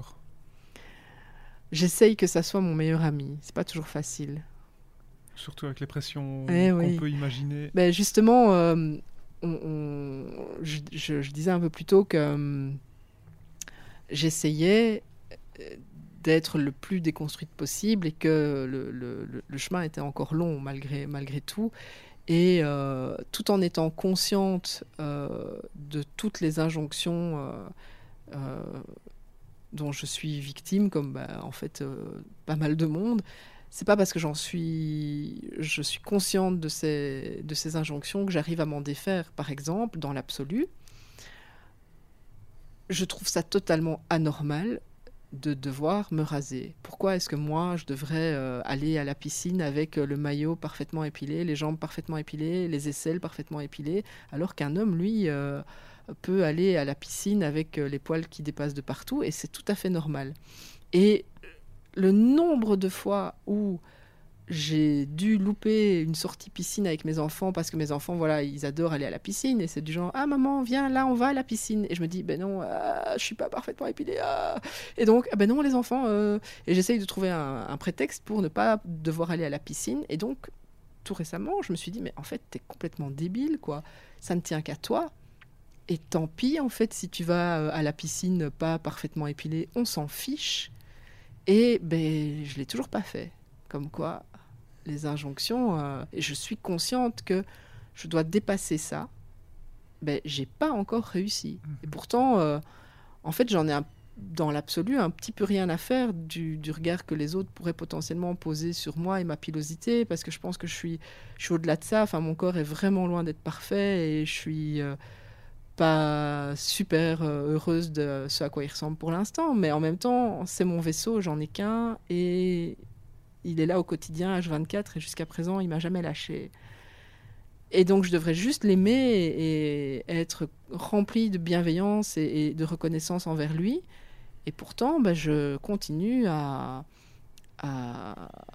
B: J'essaye que ça soit mon meilleur ami. C'est pas toujours facile.
A: Surtout avec les pressions
B: eh
A: qu'on
B: oui.
A: peut imaginer.
B: Ben justement... Euh, On, on, je, je, je disais un peu plus tôt que euh, j'essayais d'être le plus déconstruite possible et que le, le, le chemin était encore long malgré, malgré tout. Et euh, tout en étant consciente euh, de toutes les injonctions euh, euh, dont je suis victime, comme bah, en fait euh, pas mal de monde, c'est pas parce que j'en suis, je suis consciente de ces, de ces injonctions que j'arrive à m'en défaire. Par exemple, dans l'absolu, je trouve ça totalement anormal de devoir me raser. Pourquoi est-ce que moi, je devrais euh, aller à la piscine avec euh, le maillot parfaitement épilé, les jambes parfaitement épilées, les aisselles parfaitement épilées, alors qu'un homme, lui, euh, peut aller à la piscine avec euh, les poils qui dépassent de partout, et c'est tout à fait normal. Et le nombre de fois où j'ai dû louper une sortie piscine avec mes enfants parce que mes enfants, voilà, ils adorent aller à la piscine et c'est du genre, ah maman, viens, là, on va à la piscine. Et je me dis, ben non, ah, je suis pas parfaitement épilée. Ah. Et donc, ah ben non, les enfants. Euh... Et j'essaye de trouver un, un prétexte pour ne pas devoir aller à la piscine. Et donc, tout récemment, je me suis dit, mais en fait, t'es complètement débile, quoi. Ça ne tient qu'à toi. Et tant pis, en fait, si tu vas à la piscine pas parfaitement épilée, on s'en fiche. Et ben, je l'ai toujours pas fait. Comme quoi, les injonctions, euh, et je suis consciente que je dois dépasser ça, ben, j'ai pas encore réussi. Mmh. Et pourtant, euh, en fait, j'en ai un, dans l'absolu un petit peu rien à faire du, du regard que les autres pourraient potentiellement poser sur moi et ma pilosité, parce que je pense que je suis, je suis au-delà de ça. Enfin, mon corps est vraiment loin d'être parfait et je suis euh, pas super euh, heureuse de ce à quoi il ressemble pour l'instant. Mais en même temps, c'est mon vaisseau, j'en ai qu'un et il est là au quotidien, H vingt-quatre, et jusqu'à présent, il m'a jamais lâché. Et donc, je devrais juste l'aimer et être remplie de bienveillance et, et de reconnaissance envers lui. Et pourtant, bah, je continue à, à,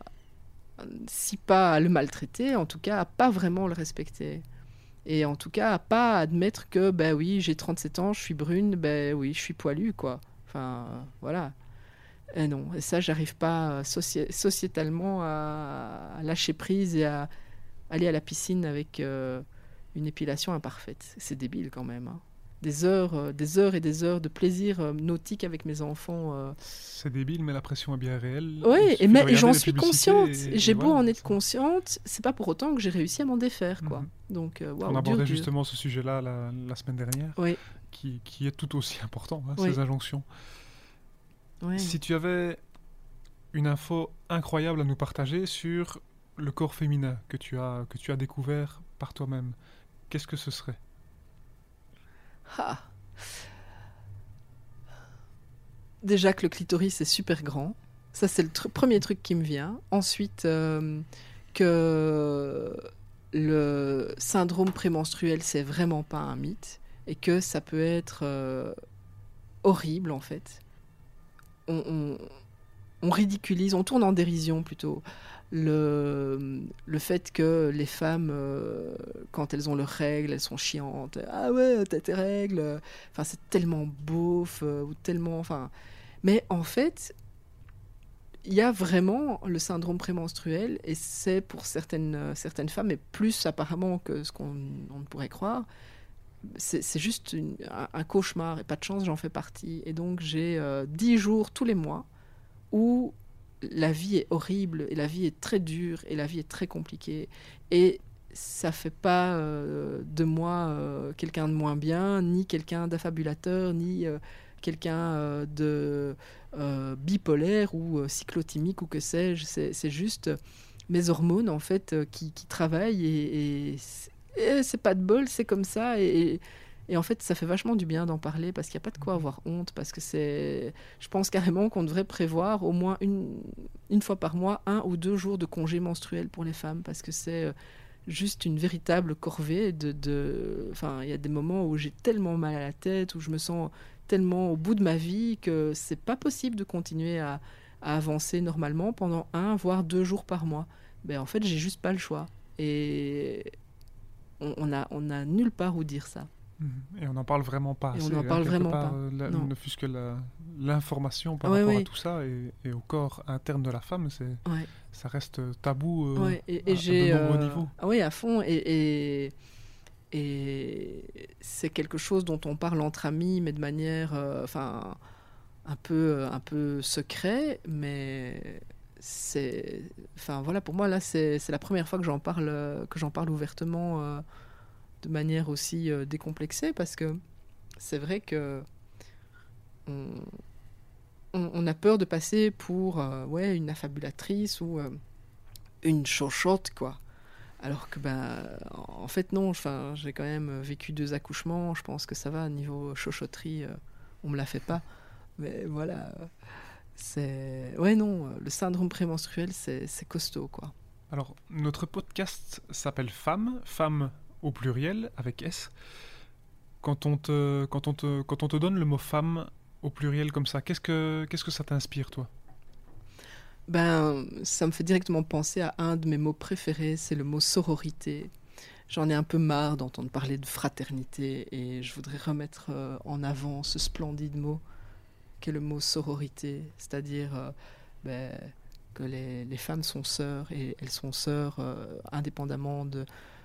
B: si pas à le maltraiter, en tout cas, à pas vraiment le respecter. Et en tout cas, à pas admettre que, ben bah, oui, j'ai trente-sept ans, je suis brune, ben bah, oui, je suis poilue, quoi. Enfin, voilà. Et non, et ça, j'arrive pas soci- sociétalement à, à lâcher prise et à aller à la piscine avec euh, une épilation imparfaite. C'est débile quand même. Hein. Des heures, euh, des heures et des heures de plaisir euh, nautique avec mes enfants. Euh...
A: C'est débile, mais la pression est bien réelle.
B: Oui, et, mais, et j'en suis consciente.
A: Et,
B: j'ai
A: et
B: beau
A: voilà,
B: en être
A: ça.
B: consciente, c'est pas pour autant que j'ai réussi à m'en défaire, quoi.
A: Mm-hmm.
B: Donc, euh, wow,
A: on abordait
B: dur,
A: justement
B: dur.
A: ce sujet-là la, la semaine dernière,
B: oui.
A: qui, qui est tout aussi important, hein,
B: oui.
A: ces injonctions.
B: Oui.
A: Si tu avais une info incroyable à nous partager sur le corps féminin que tu as, que tu as découvert par toi-même, qu'est-ce que ce serait ?
B: Ah. Déjà que le clitoris est super grand. Ça, c'est le tr- premier truc qui me vient. Ensuite, euh, que le syndrome prémenstruel, c'est vraiment pas un mythe et que ça peut être euh, horrible, en fait. On, on, on ridiculise, on tourne en dérision plutôt le, le fait que les femmes, euh, quand elles ont leurs règles, elles sont chiantes. Ah ouais, t'as tes règles. Enfin, c'est tellement beauf euh, ou tellement... Enfin, mais en fait, il y a vraiment le syndrome prémenstruel et c'est pour certaines, euh, certaines femmes, et plus apparemment que ce qu'on on ne pourrait croire, c'est, c'est juste une, un, un cauchemar et pas de chance, j'en fais partie. Et donc j'ai euh, dix jours tous les mois où la vie est horrible et la vie est très dure et la vie est très compliquée. Et ça fait pas euh, de moi euh, quelqu'un de moins bien, ni quelqu'un d'affabulateur, ni euh, quelqu'un euh, de euh, bipolaire ou euh, cyclotimique ou que sais-je. C'est, c'est juste mes hormones en fait euh, qui, qui travaillent et, et, et c'est pas de bol, c'est comme ça. Et, et en fait, ça fait vachement du bien d'en parler parce qu'il n'y a pas de quoi avoir honte. Parce que c'est, je pense carrément qu'on devrait prévoir au moins une, une fois par mois un ou deux jours de congé menstruel pour les femmes parce que c'est juste une véritable corvée. De, de... Enfin, il y a des moments où j'ai tellement mal à la tête, où je me sens tellement au bout de ma vie que c'est pas possible de continuer à, à avancer normalement pendant un voire deux jours par mois. Ben, en fait, j'ai juste pas le choix. Et on, on a, on a nulle part où dire ça.
A: Et on n'en parle vraiment pas
B: et
A: assez.
B: on n'en parle
A: hein,
B: vraiment
A: part,
B: pas.
A: La,
B: non.
A: Ne fût-ce que la, l'information par
B: ouais,
A: rapport
B: oui.
A: à tout ça et, et au corps interne de la femme, c'est,
B: ouais.
A: ça reste tabou euh,
B: ouais, et, et
A: à,
B: j'ai,
A: à de nombreux
B: euh...
A: niveaux.
B: Ah oui, à fond. Et, et, et c'est quelque chose dont on parle entre amis, mais de manière, euh, enfin, un peu, un peu secret, mais c'est, enfin voilà, pour moi là, c'est, c'est la première fois que j'en parle, euh, que j'en parle ouvertement, euh, de manière aussi euh, décomplexée, parce que c'est vrai que on, on- on a peur de passer pour euh, ouais, une affabulatrice ou euh, une chochotte, quoi. Alors que, ben, en fait, non. Enfin, j'ai quand même vécu deux accouchements. Je pense que ça va. Niveau chochotterie, euh, on me la fait pas. Mais voilà, euh, c'est... Ouais, non, euh, le syndrome prémenstruel, c'est, c'est costaud, quoi.
A: Alors, notre podcast s'appelle Femmes, Femmes au pluriel, avec S. Quand on te, quand on te, quand on te donne le mot femme au pluriel comme ça, qu'est-ce que, qu'est-ce que ça t'inspire, toi?
B: Ben, ça me fait directement penser à un de mes mots préférés, c'est le mot sororité. J'en ai un peu marre d'entendre parler de fraternité et je voudrais remettre euh, en avant ce splendide mot qu'est le mot sororité, c'est-à-dire euh, ben, que les, les femmes sont sœurs et elles sont sœurs euh, indépendamment de,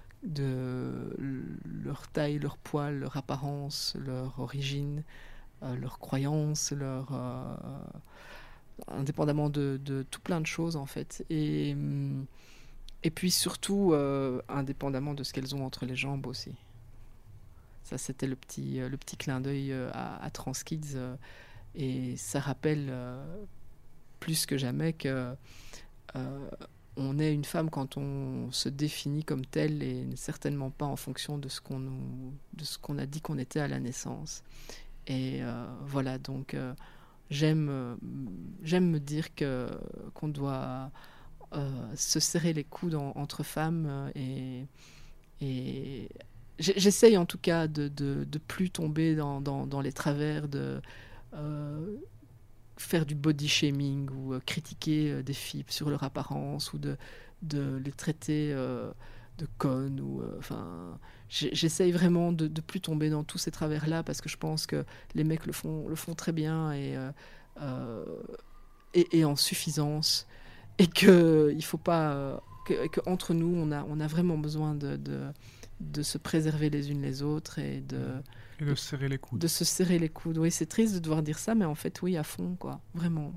B: de leur taille, leur poids, leur apparence, leur origine, euh, leurs croyances, leur, euh, indépendamment de, de tout plein de choses en fait. Et, hum, et puis surtout, euh, indépendamment de ce qu'elles ont entre les jambes aussi. Ça, c'était le petit, euh, le petit clin d'œil euh, à, à Transkids. euh, et ça rappelle euh, plus que jamais que euh, on est une femme quand on se définit comme telle et certainement pas en fonction de ce qu'on, nous, de ce qu'on a dit qu'on était à la naissance. Et euh, voilà, donc euh, j'aime, euh, j'aime me dire que, qu'on doit euh, se serrer les coudes en- entre femmes euh, et, et j'ai- j'essaye en tout cas de, de, de plus tomber dans, dans, dans les travers de euh, faire du body shaming ou euh, critiquer euh, des filles sur leur apparence ou de, de les traiter euh, de connes ou euh, enfin j'ai- j'essaye vraiment de, de plus tomber dans tous ces travers là parce que je pense que les mecs le font le font très bien et euh, euh, et, et en suffisance et que il faut pas euh, que, que entre nous on a on a vraiment besoin de, de de se préserver les unes les autres et de
A: Et de se serrer les coudes.
B: de se serrer les coudes. Oui, c'est triste de devoir dire ça, mais en fait, oui, à fond, quoi. Vraiment.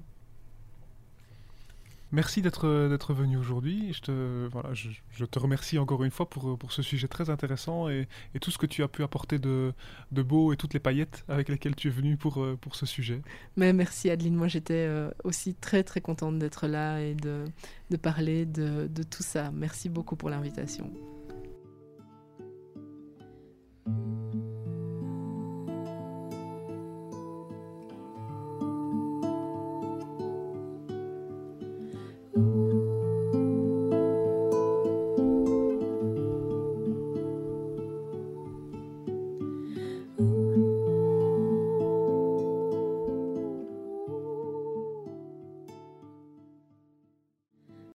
A: Merci d'être d'être venu aujourd'hui. Je te, voilà, je, je te remercie encore une fois pour, pour ce sujet très intéressant et, et tout ce que tu as pu apporter de, de beau et toutes les paillettes avec lesquelles tu es venu pour, euh, pour ce sujet.
B: Mais merci, Adeline. Moi, j'étais euh, aussi très, très contente d'être là et de, de parler de, de tout ça. Merci beaucoup pour l'invitation.